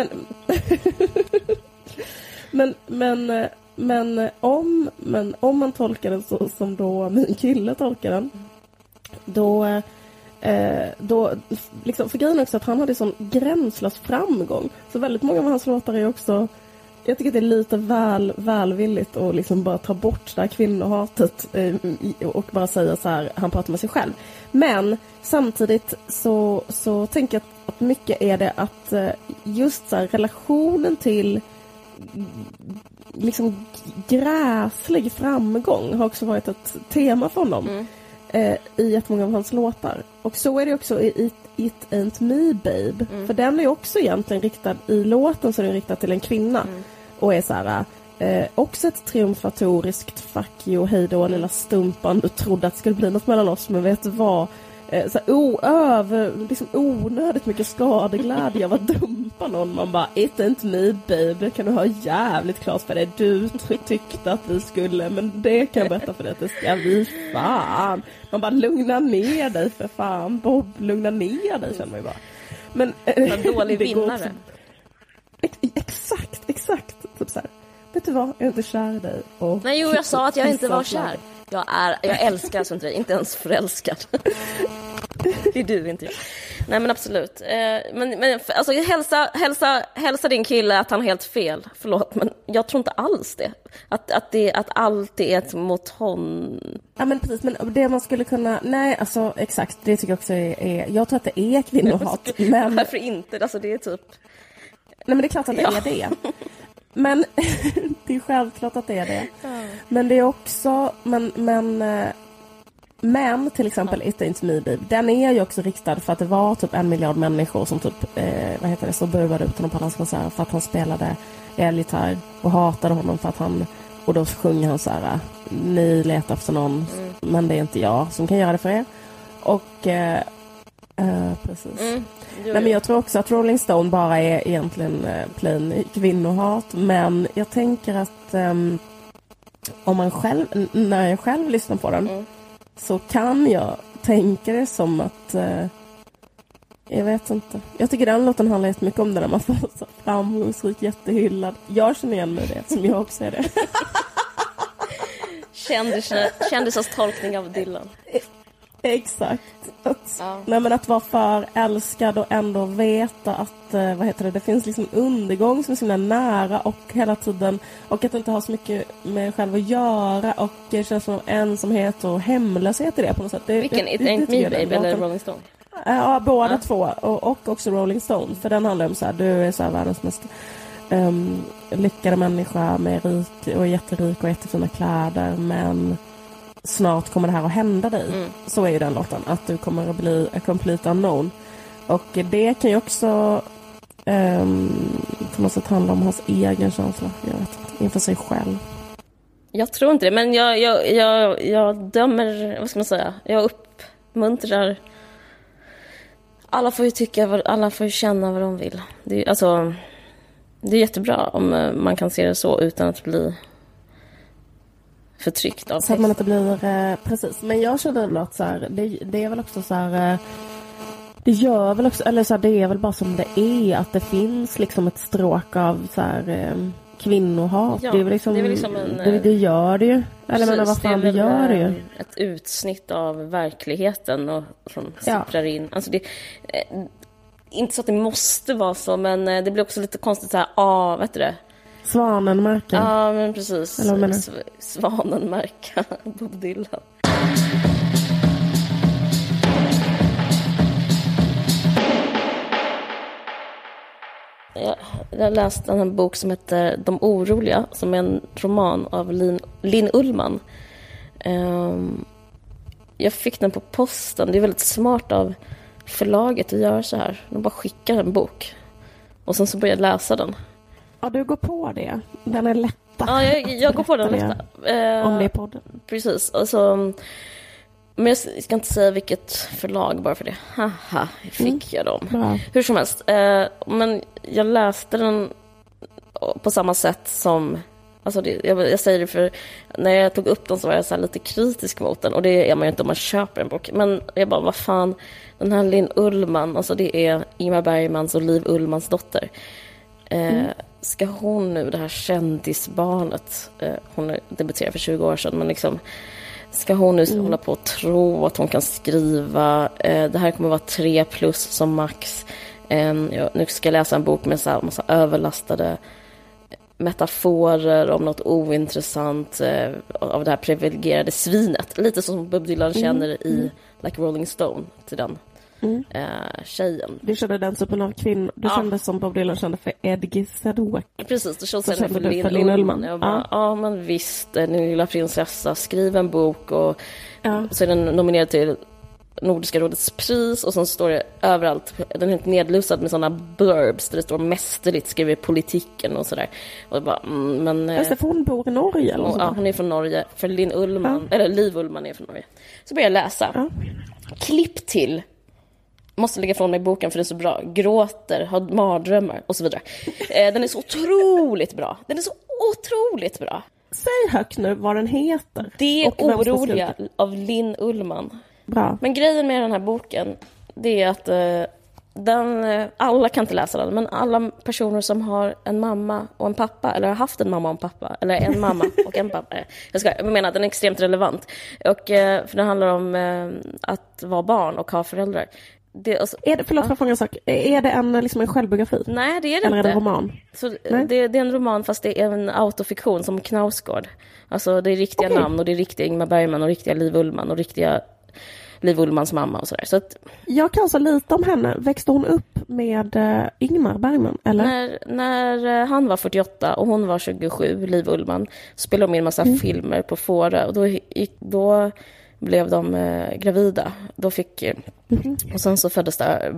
Men om man tolkar den så som då min kille tolkar den, då liksom, för grejen också att han hade sån gränslös framgång. Så väldigt många av hans låtar är också, jag tycker att det är lite välvilligt att liksom bara ta bort det här kvinnohatet och bara säga så här, han pratar med sig själv. Men samtidigt så tänker jag att mycket är det att just så här, relationen till liksom gräslig framgång har också varit ett tema för honom i jättemånga av hans låtar. Och så är det också i It Ain't Me Babe. För den är också egentligen riktad, i låten så är den riktad till en kvinna. Och är så här, också ett triumfatoriskt fuck you, hej då lilla stumpan, du trodde att det skulle bli något mellan oss, men vet du vad? Så liksom onödigt mycket skadeglädje av att dumpa någon. Man bara, it ain't me babe, det kan du ha jävligt klart för det. Du tyckte att vi skulle, men det kan jag berätta för dig att det ska vi fan. Man bara, lugna ner dig för fan Bob, lugna ner dig, känner man ju bara. Men en dålig vinnare. Exakt. Typ så här, vet du vad, jag är inte kär i dig. Nej, jag sa att jag inte var kär. Jag älskar alltså inte ens förälskad. Det är du, inte jag. Nej, men absolut. Men alltså, hälsa din kille att han har helt fel. Förlåt, men jag tror inte alls det. Att allt är ett mot honom. Ja, men precis. Men det man skulle kunna... Nej, alltså exakt. Det tycker jag också är... Jag tror att det är kvinnohat. Men... Varför inte? Alltså, det är typ... Nej, men det är klart att det är det. Men det är självklart att det är det. Men det är också... Men till exempel It Ain't Me Babe, den är ju också riktad för att det var typ 1 miljard människor som typ, så buade ut honom på hans konsert för att han spelade elgitarr och hatade honom för att han, och då sjunger han så här: ni letar efter någon, men det är inte jag som kan göra det för er. Och precis. Nej, men jag tror också att Rolling Stone bara är egentligen plain kvinnohat, men jag tänker att om man själv, när jag själv lyssnar på den, så kan jag tänka det som att jag vet inte. Jag tycker den låten handlar jättemycket om det när man får så framgångsrik, jättehyllad. Jag känner igen mig det, som jag också är det. Kändisars tolkning av Dylan. Exakt. Nej, men att vara för älskad och ändå veta att det finns liksom undergång som är så nära och hela tiden, och att det inte har så mycket med själv att göra, och det känns som ensamhet och hemlöshet i det på något sätt. Vilken? It Ain't Me Babe eller Rolling Stone? Ja, båda två, och också Rolling Stone, för den handlar om så här: du är så här världens mest lyckade människa med rik och jätterik och jättefina kläder, men snart kommer det här att hända dig. Så är ju den låten, att du kommer att bli a complete unknown. Och det kan ju också på något sätt handla om hans egen känsla, jag vet inte, inför sig själv. Jag tror inte det, men jag dömer, vad ska man säga, jag uppmuntrar. Alla får ju tycka, alla får ju känna vad de vill. Det är jättebra om man kan se det så utan att bli förtryckt av så att man inte blir precis. Men jag känner att så här, det är väl också så här, det gör väl också, eller så här, det är väl bara som det är, att det finns liksom ett stråk av så här kvinnohat. Ja, det är väl liksom, det gör det ju. Eller men vad fan, det gör det ju. Ett utsnitt av verkligheten och som sipprar in. Alltså det inte så att det måste vara så, men det blir också lite konstigt så här, vet du det? Svanenmärken. Ja, men precis. Svanenmärka Bob Dylan. Jag läste en bok som heter De oroliga, som är en roman av Linn Ullman. Jag fick den på posten. Det är väldigt smart av förlaget att göra så här. De bara skickar en bok och sen så börjar jag läsa den. Ja, du går på det. Den är lätta. Ja, jag går på den lätta. Om det är podden. Precis. Alltså, men jag ska inte säga vilket förlag bara för det. Haha, fick jag dem. Bra. Hur som helst. Men jag läste den på samma sätt som... Alltså jag säger det för när jag tog upp den så var jag så här lite kritisk mot den. Och det är man ju inte om man köper en bok. Men jag bara, vad fan, den här Linn Ullman, alltså det är Ingmar Bergmans och Liv Ullmans dotter. Ska hon nu, det här kändisbarnet, hon debuterade för 20 år sedan, men liksom, ska hon nu hålla på och tro att hon kan skriva, det här kommer vara 3+ som max. Nu ska jag läsa en bok med så här massa överlastade metaforer om något ointressant av det här privilegierade svinet. Lite som Bob Dylan känner i Like Rolling Stone till den tjejen. Du kände den typen av kvinnor. Du kände som Bob Dylan kände för Edgy Sedgwick. Precis, det känns för Linn Ullman. Jag bara, ja men visst, den lilla prinsessa, skriv en bok och så är den nominerad till Nordiska rådets pris och sen står det överallt, den är helt nedlusad med sådana blurbs där det står mästerligt skriver politiken och sådär. Och jag bara, men... För hon bor i Norge eller ja, hon är från Norge, för Linn Ullman, eller Liv Ullman är från Norge. Så börjar jag läsa. Klipp till, måste lägga från mig boken för det är så bra, gråter, har mardrömmar och så vidare. Den är så otroligt bra. Den är så otroligt bra. Säg högt nu vad den heter. Det är Oroliga av Linn Ullman. Bra. Men grejen med den här boken, det är att alla kan inte läsa den, men alla personer som har en mamma och en pappa, eller har haft en mamma och en pappa, eller en mamma och en pappa, jag menar att den är extremt relevant. Och, för det handlar om att vara barn och ha föräldrar. Förlåt för att fråga en sak. Är det en självbiografi? Nej, det är det eller inte. Är det en roman? Så det är en roman fast det är en autofiktion som Knausgård. Alltså det är riktiga namn och det är riktiga Ingmar Bergman och riktiga Liv Ullman och riktiga Liv Ullmans mamma och sådär. Så att, jag kan så lite om henne. Växte hon upp med Ingmar Bergman? Eller? När han var 48 och hon var 27, Liv Ullman, spelade de in en massa filmer på Fårö. Och då blev de gravida. Då fick... Och sen så föddes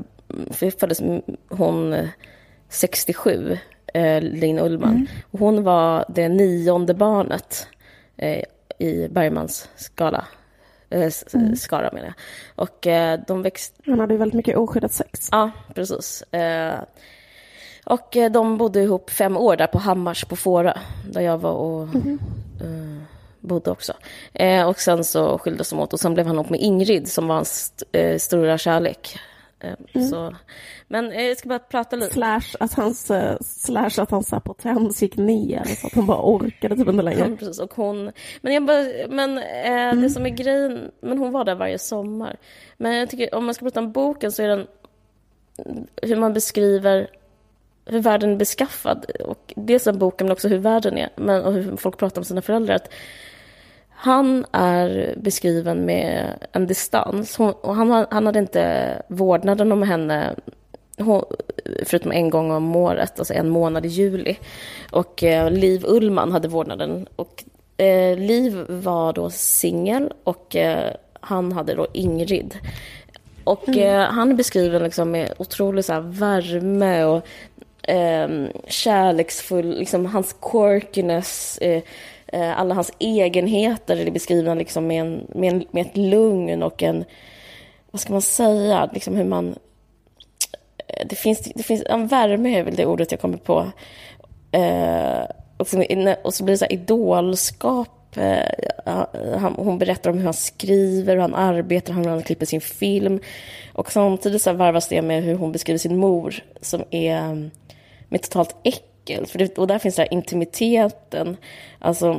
hon 67, Linn Ullman. Och hon var det 9:e barnet i Bergmans skara menar jag. Och de växte... Han hade ju väldigt mycket oskyddat sex. Ja, precis. Och de bodde ihop 5 år där på Hammars på Fårö, där jag var och bodde också. Och sen så skildes de åt och sen blev han ihop med Ingrid som var hans stora kärlek. Så, men jag ska bara prata lite. Slash att hans potens gick ner så att hon bara orkade typ inte längre. Ja, precis. Och hon, det som är grejen, men hon var där varje sommar. Men jag tycker om man ska prata om boken så är den hur man beskriver hur världen är beskaffad och dels en boken men också hur världen är och hur folk pratar om sina föräldrar. Att han är beskriven med en distans. Han hade inte vårdnaden om henne förutom en gång om året, alltså en månad i juli. Och Liv Ullman hade vårdnaden. Och Liv var då singel och han hade då Ingrid. Och han beskriver liksom med otrolig så här värme och kärleksfull, liksom hans quirkiness, alla hans egenheter är beskrivna liksom med ett lugn och en, vad ska man säga, liksom hur man det finns en värme är väl det ordet jag kommer på, och så blir det så här idolskap. Hon berättar om hur han skriver, hur han arbetar, hur han klipper sin film, och samtidigt så varvas det med hur hon beskriver sin mor som är med totalt äckel, och där finns det här intimiteten, alltså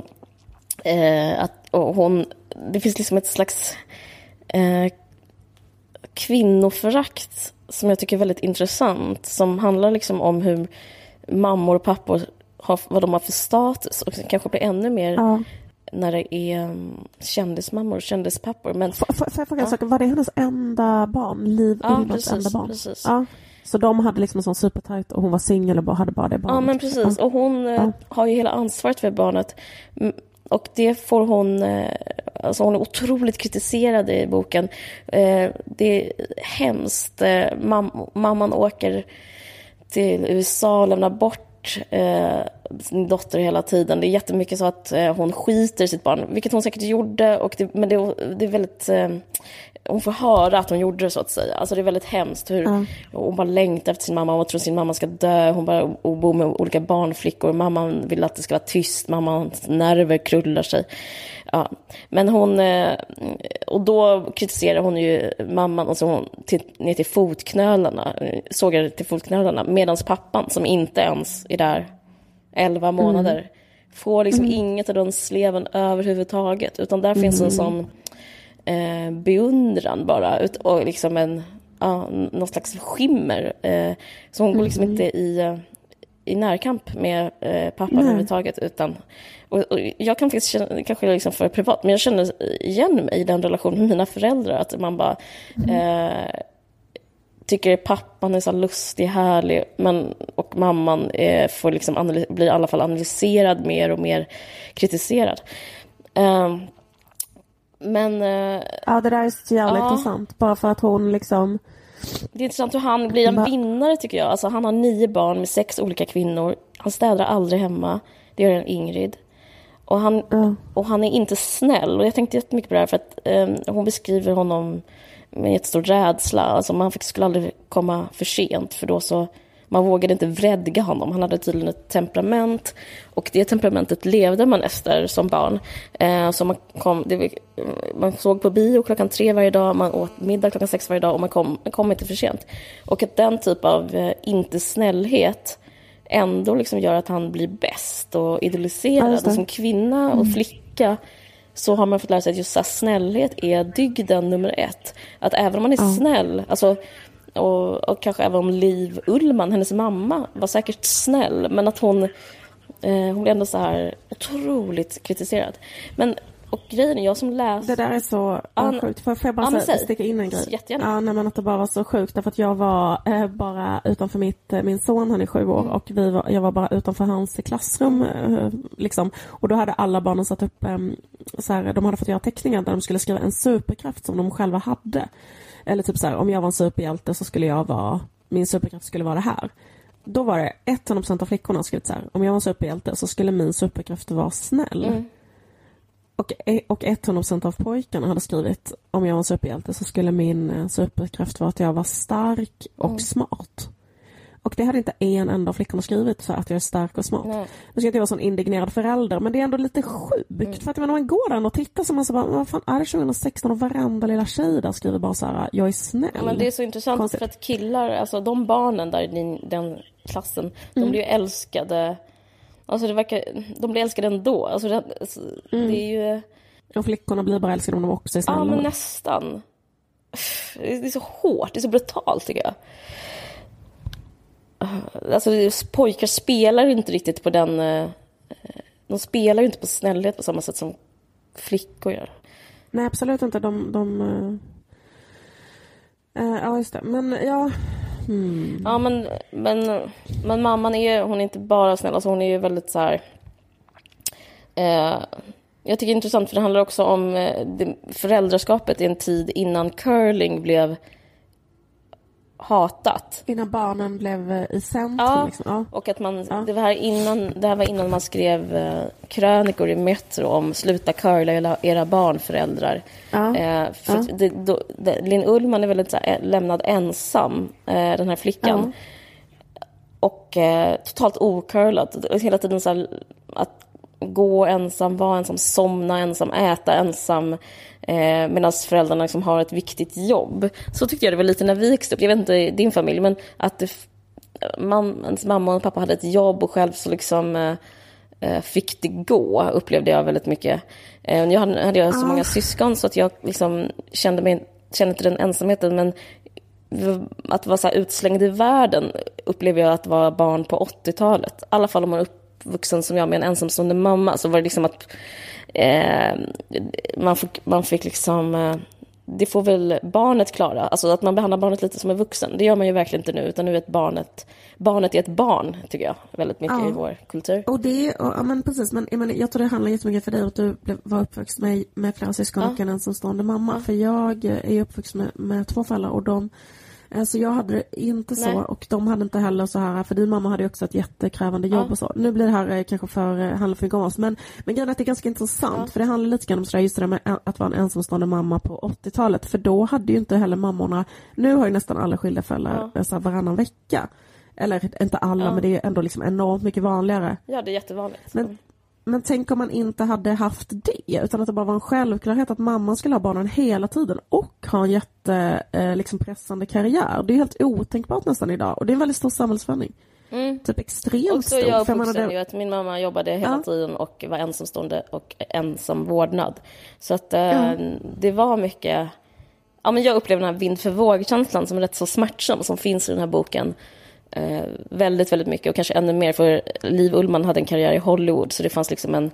det finns liksom ett slags kvinnoförakt som jag tycker är väldigt intressant, som handlar liksom om hur mammor och pappor vad de har för status, och kanske blir ännu mer när det är kändismammor och kändispappor. Men får jag fråga en sak, var det hennes enda barn? Liv Ullmans enda barn? Precis. Ja. Så de hade liksom en sån supertajt och hon var singel och hade bara det barnet. Ja, men precis. Och hon har ju hela ansvaret för barnet. Och det får hon... Alltså hon är otroligt kritiserad i boken. Det är hemskt. Mamman åker till USA och lämnar bort bort sin dotter hela tiden. Det är jättemycket så att hon skiter i sitt barn, vilket hon säkert gjorde, men det är väldigt... hon får höra att hon gjorde det, så att säga. Alltså det är väldigt hemskt hur hon bara längtar efter sin mamma och tror sin mamma ska dö. Hon bara bor med olika barnflickor. Mamman vill att det ska vara tyst. Mammans nerver krullar sig. Ja. Men hon... och då kritiserar hon ju mamman, alltså hon ner till fotknölarna. Sågar till fotknölarna. Medans pappan, som inte ens är där 11 månader, får liksom inget av den sleven överhuvudtaget. Utan där finns en sån... beundran bara och liksom någon slags skimmer, så hon går liksom inte i närkamp med pappa överhuvudtaget, utan och jag kan faktiskt känna, kanske liksom för privat, men jag känner igen mig i den relationen med mina föräldrar, att man bara tycker pappan är så lustig, härlig, och mamman får liksom blir i alla fall analyserad mer och mer, kritiserad. Men ja, det där är så jävla intressant. Bara för att hon liksom... Det är intressant hur han blir en vinnare, tycker jag. Alltså, han har 9 barn med 6 olika kvinnor. Han städar aldrig hemma. Det gör en Ingrid. Och han är inte snäll. Och jag tänkte jättemycket på det här, för att hon beskriver honom med jättestor rädsla. Alltså, man skulle aldrig komma för sent, för då så... Man vågade inte vredga honom. Han hade tydligen ett temperament. Och det temperamentet levde man efter som barn. Så man såg på bio 3:00 varje dag. Man åt middag 6:00 varje dag. Och man kom inte för sent. Och att den typ av inte snällhet ändå liksom gör att han blir bäst och idoliserad. Och som kvinna och flicka så har man fått lära sig att just så snällhet är dygden nummer 1. Att även om man är snäll... Alltså, och kanske även om Liv Ullmann, hennes mamma, var säkert snäll, men att hon blev ändå så här otroligt kritiserad. Men, och grejen är, jag som läser... Det där är så sjukt. Får jag bara sticka in en grej? Jättegärna. Ja, men att det bara var så sjukt, därför att jag var bara utanför min son, han är 7 år, och jag var bara utanför hans klassrum liksom. Och då hade alla barnen satt upp så här, de hade fått göra teckningar där de skulle skriva en superkraft som de själva hade. Eller typ så här, om jag var en superhjälte så skulle min superkraft skulle vara det här. Då var det 100% av flickorna skrivit så här: om jag var en superhjälte så skulle min superkraft vara snäll. Och 100% av pojkarna hade skrivit: om jag var en superhjälte så skulle min superkraft vara att jag var stark och smart. Och det hade inte en enda av flickorna skrivit, så att jag är stark och smart. Nu ska inte vara sån indignerad förälder, men det är ändå lite sjukt. För att när man går där och tittar så man så bara, vad fan är det 2016 och varenda lilla tjej där skriver bara så här: jag är snäll. Ja, men det är så intressant. Konstigt. För att killar, alltså de barnen där i den klassen, de blir ju älskade. Alltså de blir älskade ändå. Alltså det är ju... Och flickorna blir bara älskade om de också är snälla. Ja, men nästan. Det är så hårt, det är så brutalt, tycker jag. Alltså pojkar spelar inte riktigt på den... De spelar ju inte på snällhet på samma sätt som flickor gör. Nej, absolut inte. Ja, just det. Men ja... Ja, men mamman hon är inte bara snäll. Alltså hon är ju väldigt så här... jag tycker det är intressant, för det handlar också om föräldraskapet i en tid innan curling blev hatat. Innan barnen blev i centrum. Liksom. Och att det här var innan man skrev krönikor i Metro om sluta curla era barnföräldrar. För att Linn Ullmann är väldigt så här, lämnad ensam, den här flickan. Och totalt ocurlad. Hela tiden så här, att gå ensam, vara ensam, somna ensam, äta ensam, medan föräldrarna liksom har ett viktigt jobb. Så tyckte jag det var lite när vi växte upp. Jag vet inte i din familj, men att ens mamma och pappa hade ett jobb och själv så liksom fick det gå, upplevde jag väldigt mycket. Jag hade så många syskon så att jag liksom kände inte den ensamheten, men att vara så här utslängd i världen upplever jag att vara barn på 80-talet. I alla fall om man är uppvuxen som jag med en ensamstående mamma, så var det liksom att man fick liksom det får väl barnet klara, alltså att man behandlar barnet lite som en vuxen. Det gör man ju verkligen inte nu, utan nu är barnet är ett barn, tycker jag, väldigt mycket i vår kultur. Och men precis, men jag tror det handlar jättemycket för dig att du var uppvuxen med flera syskon och en ensamstående mamma. För jag är uppvuxen med 2 föräldrar, och Alltså jag hade det inte så. Nej. Och de hade inte heller så här. För din mamma hade ju också ett jättekrävande jobb och så. Nu blir det här kanske handlar för mycket om oss. Men grejen är att det är ganska intressant. För det handlar lite grann om sådär, just det där med att vara en ensamstående mamma på 80-talet. För då hade ju inte heller mammorna. Nu har ju nästan alla skilda föräldrar så här, varannan vecka. Eller inte alla, men det är ändå liksom enormt mycket vanligare. Ja, det är jättevanligt. Men tänk om man inte hade haft det, utan att det bara var en självklarhet att mamman skulle ha barnen hela tiden och ha en liksom pressande karriär. Det är helt otänkbart nästan idag, och det är en väldigt stor samhällsförändring. Typ extremt och så stor. jag uppvuxen ju att min mamma jobbade hela tiden och var ensamstående och ensam vårdnad. Så att det var mycket... Ja, men jag upplevde den här vind för våg-känslan som är rätt så smärtsam som finns i den här boken. Väldigt, väldigt mycket, och kanske ännu mer för Liv Ullmann hade en karriär i Hollywood, så det fanns liksom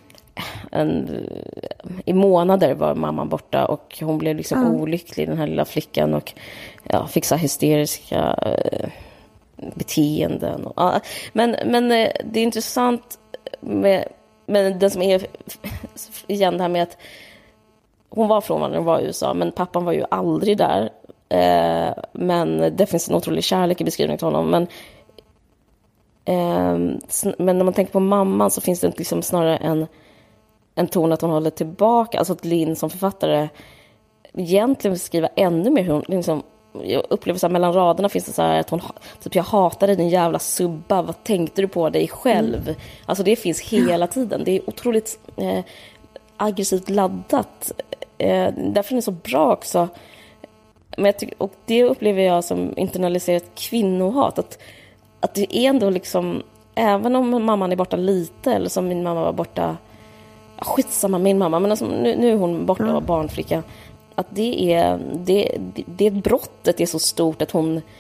i månader var mamman borta och hon blev liksom olycklig, den här lilla flickan, och fick så hysteriska beteenden. Men det är intressant med det som är igen det här med att hon var frånvarande, hon var i USA, men pappan var ju aldrig där. Men det finns en otrolig kärlek i beskrivningen till honom. Men när man tänker på mamman så finns det liksom snarare en ton att hon håller tillbaka. Alltså att Linn som författare egentligen vill skriva ännu mer. Hon liksom, jag upplever så här, mellan raderna finns det så här att hon typ, jag hatar dig din jävla subba, vad tänkte du på dig själv? Alltså det finns hela tiden. Det är otroligt aggressivt laddat. Därför är det så bra också. Men och det upplever jag som internaliserat kvinnohat, att det är ändå liksom, även om mamman är borta lite, eller som min mamma var borta, skitsamma min mamma, men alltså, nu är hon borta och barnflicka, att det brottet är så stort att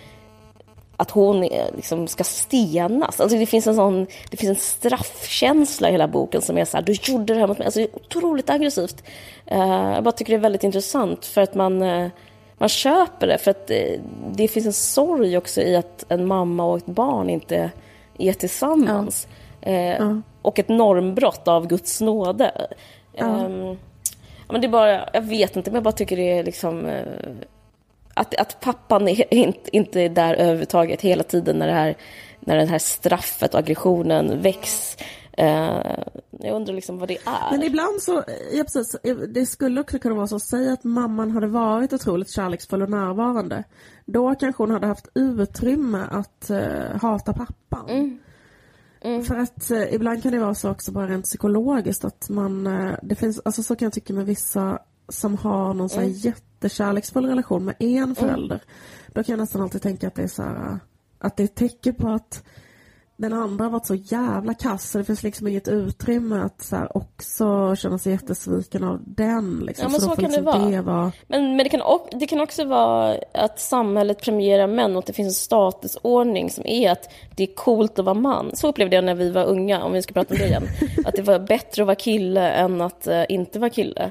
hon liksom ska stenas. Alltså det finns en straffkänsla i hela boken som är så här, du gjorde det här mot mig. Alltså det är otroligt aggressivt. Jag bara tycker det är väldigt intressant för att man köper det, för att det finns en sorg också i att en mamma och ett barn inte är tillsammans. Och ett normbrott av Guds nåde. Men det är bara, jag vet inte, men jag bara tycker det är liksom att pappan inte är där överhuvudtaget hela tiden när det här straffet och aggressionen väcks. Jag undrar liksom vad det är. Men ibland så, ja, precis, det skulle också kunna vara så att säga att mamman hade varit otroligt kärleksfull och närvarande. Då kanske hon hade haft utrymme att hata pappan. För att ibland kan det vara så också bara rent psykologiskt att det finns, alltså så kan jag tycka med vissa som har någon så här jättekärleksfull relation med en förälder. Då kan jag nästan alltid tänka att det är så här, att det är ett tecken på att den andra har varit så jävla kass, så det finns liksom inget utrymme att så här också känna sig jättesviken av den. Liksom. Ja, men så kan liksom det vara. Men det kan också vara att samhället premierar män och att det finns en statusordning som är att det är coolt att vara man. Så upplevde jag när vi var unga, om vi ska prata om det igen. Att det var bättre att vara kille än att inte vara kille.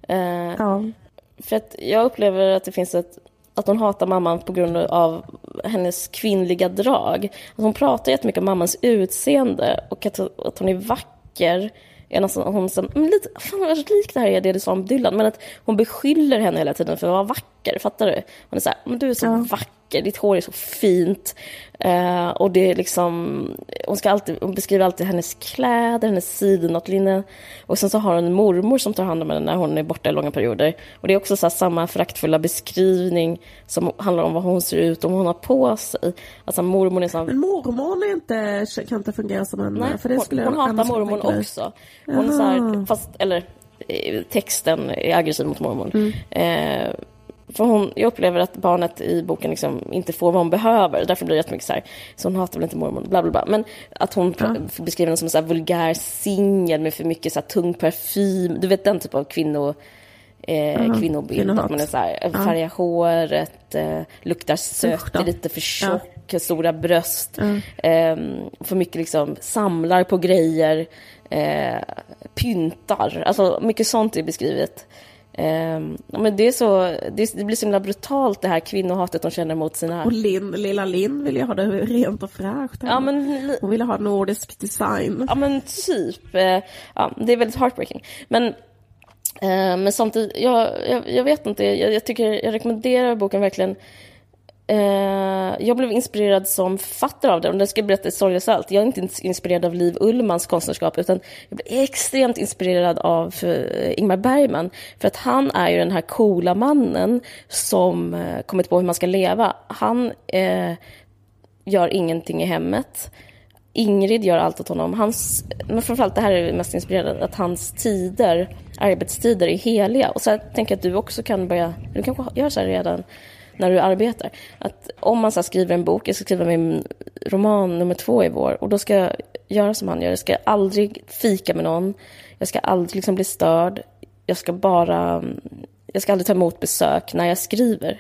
För att jag upplever att det finns att hon hatar mamman på grund av hennes kvinnliga drag. Att hon pratar jättemycket om mammans utseende och att hon är vacker. Hon som lite vad lik det här är det du sa om Dylan, men att hon beskyller henne hela tiden för att vara vacker, fattar du? Hon är så här, men du är så vacker, ditt hår är så fint. Och det är liksom, hon beskriver alltid hennes kläder, hennes sidenåtlinne, och sen så har hon en mormor som tar hand om henne när hon är borta i långa perioder. Och det är också så här, samma föraktfulla beskrivning som handlar om vad hon ser ut och vad hon har på sig. Alltså mormor är så här, men mormor kan inte fungera som en... Nej, för det skulle hon hatar mormor också. Hon är så här, texten är aggressiv mot mormor. För jag upplever att barnet i boken liksom inte får vad hon behöver. Därför blir det jättemycket så här, så hon hatar väl inte mormor, bla bla bla. Men att hon beskriver henne som en så här vulgär singel med för mycket så här tung parfym. Du vet den typ av kvinnobild. Att man är så här, färgar håret, luktar sött, lite för tjock, stora bröst. För mycket liksom samlar på grejer, pyntar. Alltså mycket sånt är beskrivet. Men det blir så himla brutalt, det här kvinnohatet de känner mot sina... Och lilla Linn vill ju ha det rent och fräscht. Ja, men... Hon vill ha nordisk design. Ja, men typ. Det är väldigt heartbreaking. Men samtidigt, jag vet inte, jag tycker jag rekommenderar boken verkligen. Jag blev inspirerad som författare av det. Och det ska jag berätta i Sorglös allt. Jag är inte inspirerad av Liv Ullmans konstnärskap, utan jag blev extremt inspirerad av Ingmar Bergman. För att han är ju den här coola mannen som kommit på hur man ska leva. Han gör ingenting i hemmet. Ingrid gör allt åt honom. Men framförallt det här är mest inspirerande, att hans arbetstider är heliga. Och så här, tänker jag att du också kan börja, du kanske gör så här redan när du arbetar. Att om man så här skriver en bok, jag ska skriva min roman nummer 2 i vår, och då ska jag göra som han gör. Jag ska aldrig fika med någon. Jag ska aldrig liksom bli störd. Jag ska aldrig ta emot besök när jag skriver.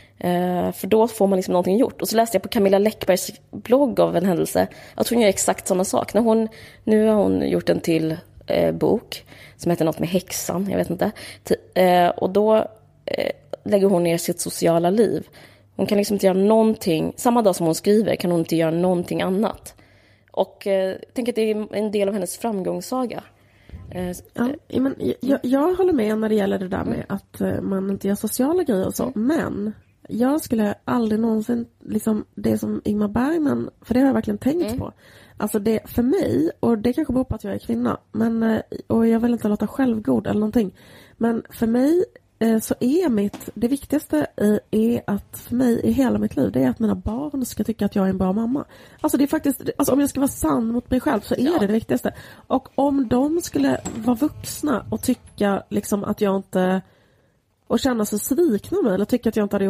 För då får man liksom någonting gjort. Och så läste jag på Camilla Läckbergs blogg av en händelse att hon gör exakt samma sak. Nu har hon gjort en till bok som heter något med häxan, jag vet inte. Och då lägger hon ner sitt sociala liv. Hon kan liksom inte göra någonting. Samma dag som hon skriver kan hon inte göra någonting annat. Och tänk att det är en del av hennes framgångssaga. Ja, men jag håller med när det gäller det där med att man inte gör sociala grejer och så. Men jag skulle aldrig någonsin, liksom det som Ingmar Bergman, för det har jag verkligen tänkt på. Alltså det för mig, och det kanske beror på att jag är kvinna, men, och jag vill inte låta självgod eller någonting. Men för mig så är det viktigaste är att för mig i hela mitt liv, det är att mina barn ska tycka att jag är en bra mamma. Alltså det är faktiskt, alltså om jag ska vara sann mot mig själv så är det viktigaste. Och om de skulle vara vuxna och tycka liksom att jag inte, och känna sig svikna mig eller tycka att jag inte hade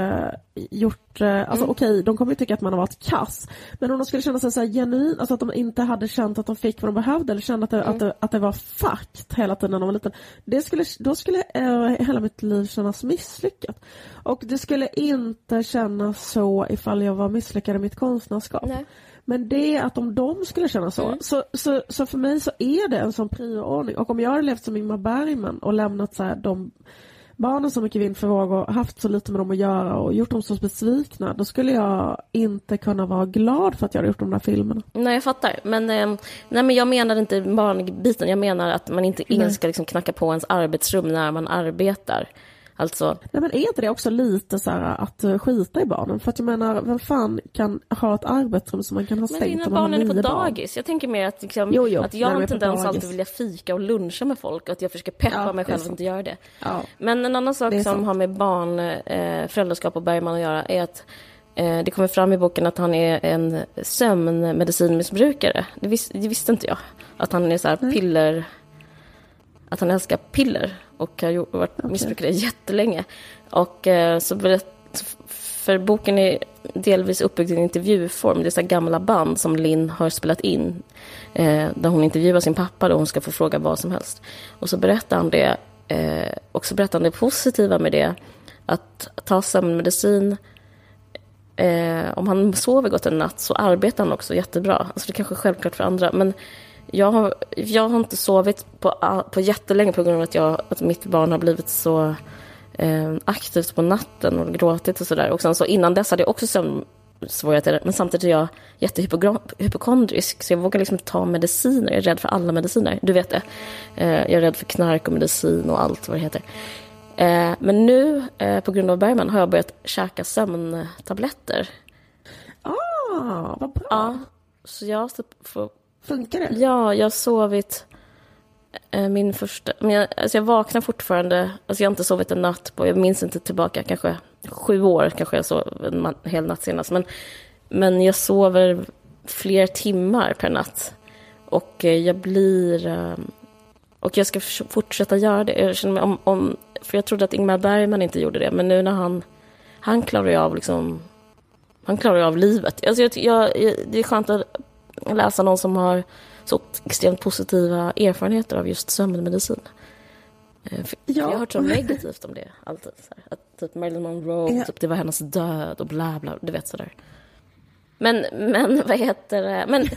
gjort alltså okej, de kommer ju tycka att man har varit kass, men om de skulle känna sig så här genuin, alltså att de inte hade känt att de fick vad de behövde eller kände att det var fakt hela tiden när de var liten, då skulle hela mitt liv kännas misslyckat. Och det skulle inte kännas så ifall jag var misslyckad i mitt konstnärskap. Nej. Men det att om de skulle känna så, så för mig så är det en sån prioordning. Och om jag hade levt som Ingmar Bergman och lämnat så här de barnen så mycket vind för våg och haft så lite med dem att göra och gjort dem så besvikna, då skulle jag inte kunna vara glad för att jag hade gjort de där filmerna. Nej, jag fattar. Men jag menar inte barnbiten. Jag menar att man ingen ska liksom knacka på ens arbetsrum när man arbetar. Alltså... Nej, men är inte det också lite så här att skita i barnen? För att jag menar, vem fan kan ha ett arbetsrum som man kan ha stängt? Men barnen är på dagis. Jag tänker mer att, liksom, att jag inte ens alltid vill fika och luncha med folk och att jag försöker peppa mig själv att inte göra det. Ja. Men en annan sak som har med föräldraskap och Bergman att göra är att det kommer fram i boken att han är en sömnmedicinmissbrukare. Det visste inte jag. Att han är så här piller... Att han älskar piller och har varit missbrukare jättelänge. Och för boken är delvis uppbyggd i en intervjuform. Det är så gamla band som Linn har spelat in. Där hon intervjuar sin pappa och hon ska få fråga vad som helst. Och så berättar han det. Och så berättar han det positiva med det. Att ta sömnmedicin. Om han sover gott en natt så arbetar han också jättebra. Alltså det är kanske är självklart för andra. Men jag har inte sovit på jättelänge på grund av att mitt barn har blivit så aktivt på natten och gråtit och sådär. Och sen så innan dess hade jag också sömnsvårigheter, men samtidigt är jag jättehypokondrisk så jag vågar liksom ta mediciner. Jag är rädd för alla mediciner, du vet det. Jag är rädd för knark och medicin och allt vad det heter. Men nu på grund av Bergman har jag börjat käka sömntabletter. Vad bra. Ja, så jag får... Funkar det? Ja, jag har sovit min första... Men jag vaknar fortfarande... Alltså jag har inte sovit en natt på... Jag minns inte tillbaka. Kanske 7 år kanske jag sov en hel natt senast. Men jag sover fler timmar per natt. Och jag blir... Och jag ska fortsätta göra det. Jag känner mig för jag trodde att Ingmar Bergman inte gjorde det. Men nu när han klarar ju av liksom... Han klarar ju av livet. Alltså det är skönt att läsa någon som har så extremt positiva erfarenheter av just sömnmedicin. Jag har hört så negativt om det alltid. Så här, att typ Marilyn Monroe, typ, det var hennes död och bla bla, du vet sådär. Men vad heter det? Men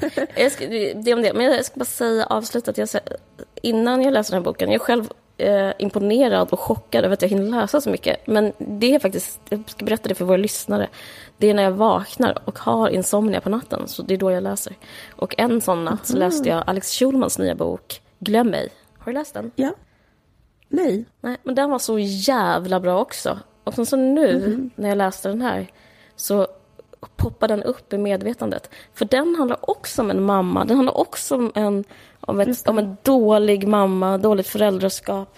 jag ska bara säga avslutat att innan jag läste den här boken, jag är själv imponerad och chockad över att jag hinner läsa så mycket. Men det är faktiskt, jag ska berätta det för våra lyssnare, det är när jag vaknar och har insomnia på natten, så det är då jag läser. Och en sån natt så läste jag Alex Schulmans nya bok Glöm mig. Har du läst den? Ja. Nej, men den var så jävla bra också. Och så nu när jag läste den här så poppar den upp i medvetandet. För den handlar också om en mamma. Den handlar också om en dålig mamma, dåligt föräldraskap.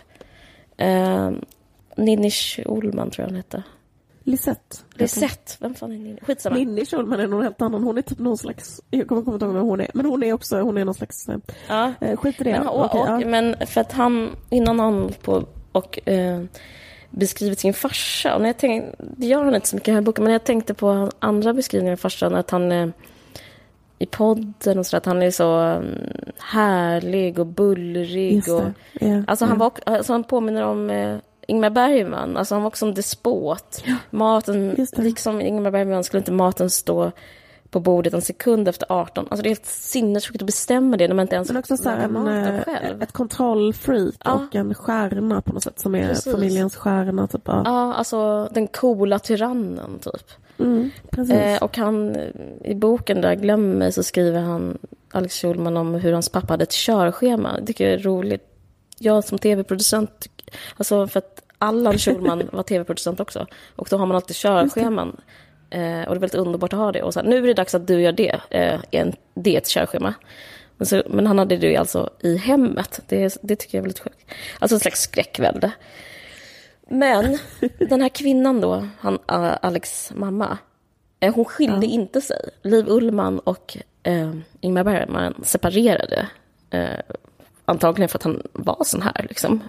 Ninni Schulman tror jag hon heter. Lisette. Vem fan är Ninni? Skitsamma. Ninni Schulman är någon helt annan. Hon är typ någon slags... Jag kommer inte ihåg vem hon är. Men hon är någon slags... Skit i det. Men för att han, innan han på och beskrivit sin farsa. Och när jag tänkte, det gör han inte så mycket i den här boken. Men jag tänkte på andra beskrivningar av farsan. Att han i podden och så att han är så härlig och bullrig. Alltså han påminner om... Ingmar Bergman, alltså han var också en despot. Maten, liksom Ingmar Bergman skulle inte maten stå på bordet en sekund efter 18. Alltså det är helt sinnessjukt att bestämma det när man inte ens också så här själv. Ett kontrollfreak och en stjärna på något sätt som är familjens stjärna typ. Ja, alltså den coola tyrannen typ. Precis. Och han i boken där Glöm mig så skriver han Alex Schulman om hur hans pappa hade ett körschema. Det tycker jag är roligt. Jag som tv-producent, alltså för att Allan Schulman var tv-producent också. Och då har man alltid körscheman. Och det är väldigt underbart att ha det. Och så här, nu är det dags att du gör det. Det är ett körschema. Men han hade det alltså i hemmet. Det tycker jag är väldigt sjukt. Alltså en slags skräckvälde. Men den här kvinnan då, Alex mamma, hon skilde inte sig. Liv Ullman och Ingmar Bergman separerade. Antagligen för att han var sån här liksom.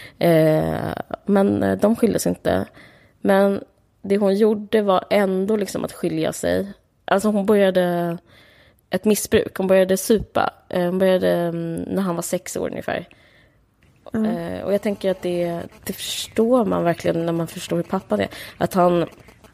Men de skildes inte. Men det hon gjorde var ändå liksom att skilja sig. Alltså hon började ett missbruk. Hon började supa. Hon började när han var 6 år ungefär. Och jag tänker att det förstår man verkligen när man förstår hur pappa är. Att han...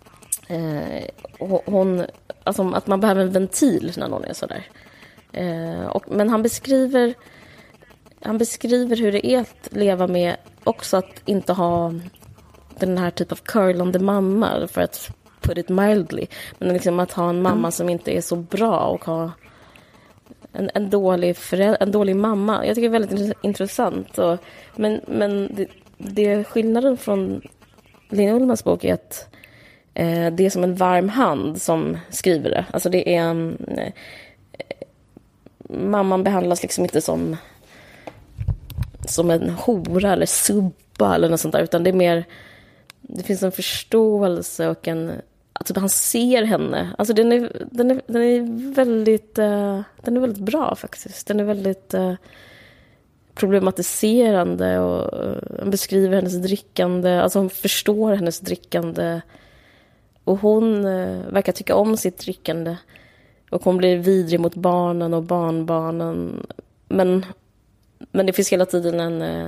alltså att man behöver en ventil när någon är sådär. Men han beskriver hur det är att leva med också att inte ha den här typen av curlande mamma, för att put it mildly. Men liksom att ha en mamma som inte är så bra och ha en dålig mamma. Jag tycker det är väldigt intressant. Men det skillnaden från Lina Ullmans bok är att det är som en varm hand som skriver det. Alltså det är mamman behandlas liksom inte som en hora eller subba eller något sånt där, utan det är mer, det finns en förståelse och alltså han ser henne. Alltså den är väldigt bra faktiskt. Den är väldigt problematiserande och han beskriver hennes drickande, alltså hon förstår hennes drickande och hon verkar tycka om sitt drickande och hon blir vidrig mot barnen och barnbarnen, men det finns hela tiden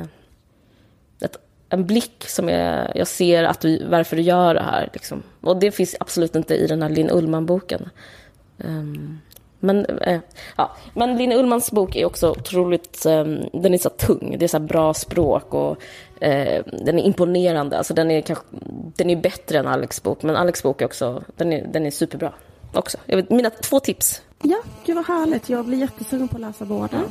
en blick som jag ser att varför du gör det här. Liksom. Och det finns absolut inte i den här Linn Ullman-boken. Men Linn Ullmans bok är också otroligt... den är så tung. Det är så bra språk och den är imponerande. Alltså den är bättre än Alex bok. Men Alex bok är också... Den är superbra också. Mina 2 tips. Ja, gud vad härligt. Jag blir jättesugen på att läsa båda.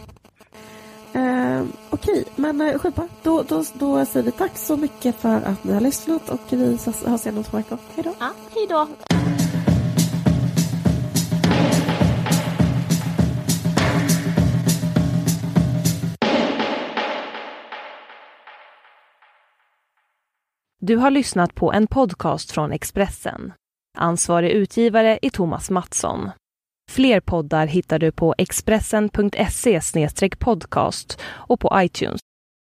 Okej, men skitbra. Då säger vi tack så mycket för att ni har lyssnat och vi hörs igen om 2 veckor. Hej då. Ja, hej då. Du har lyssnat på en podcast från Expressen. Ansvarig utgivare är Thomas Mattsson. Fler poddar hittar du på expressen.se/podcast och på iTunes.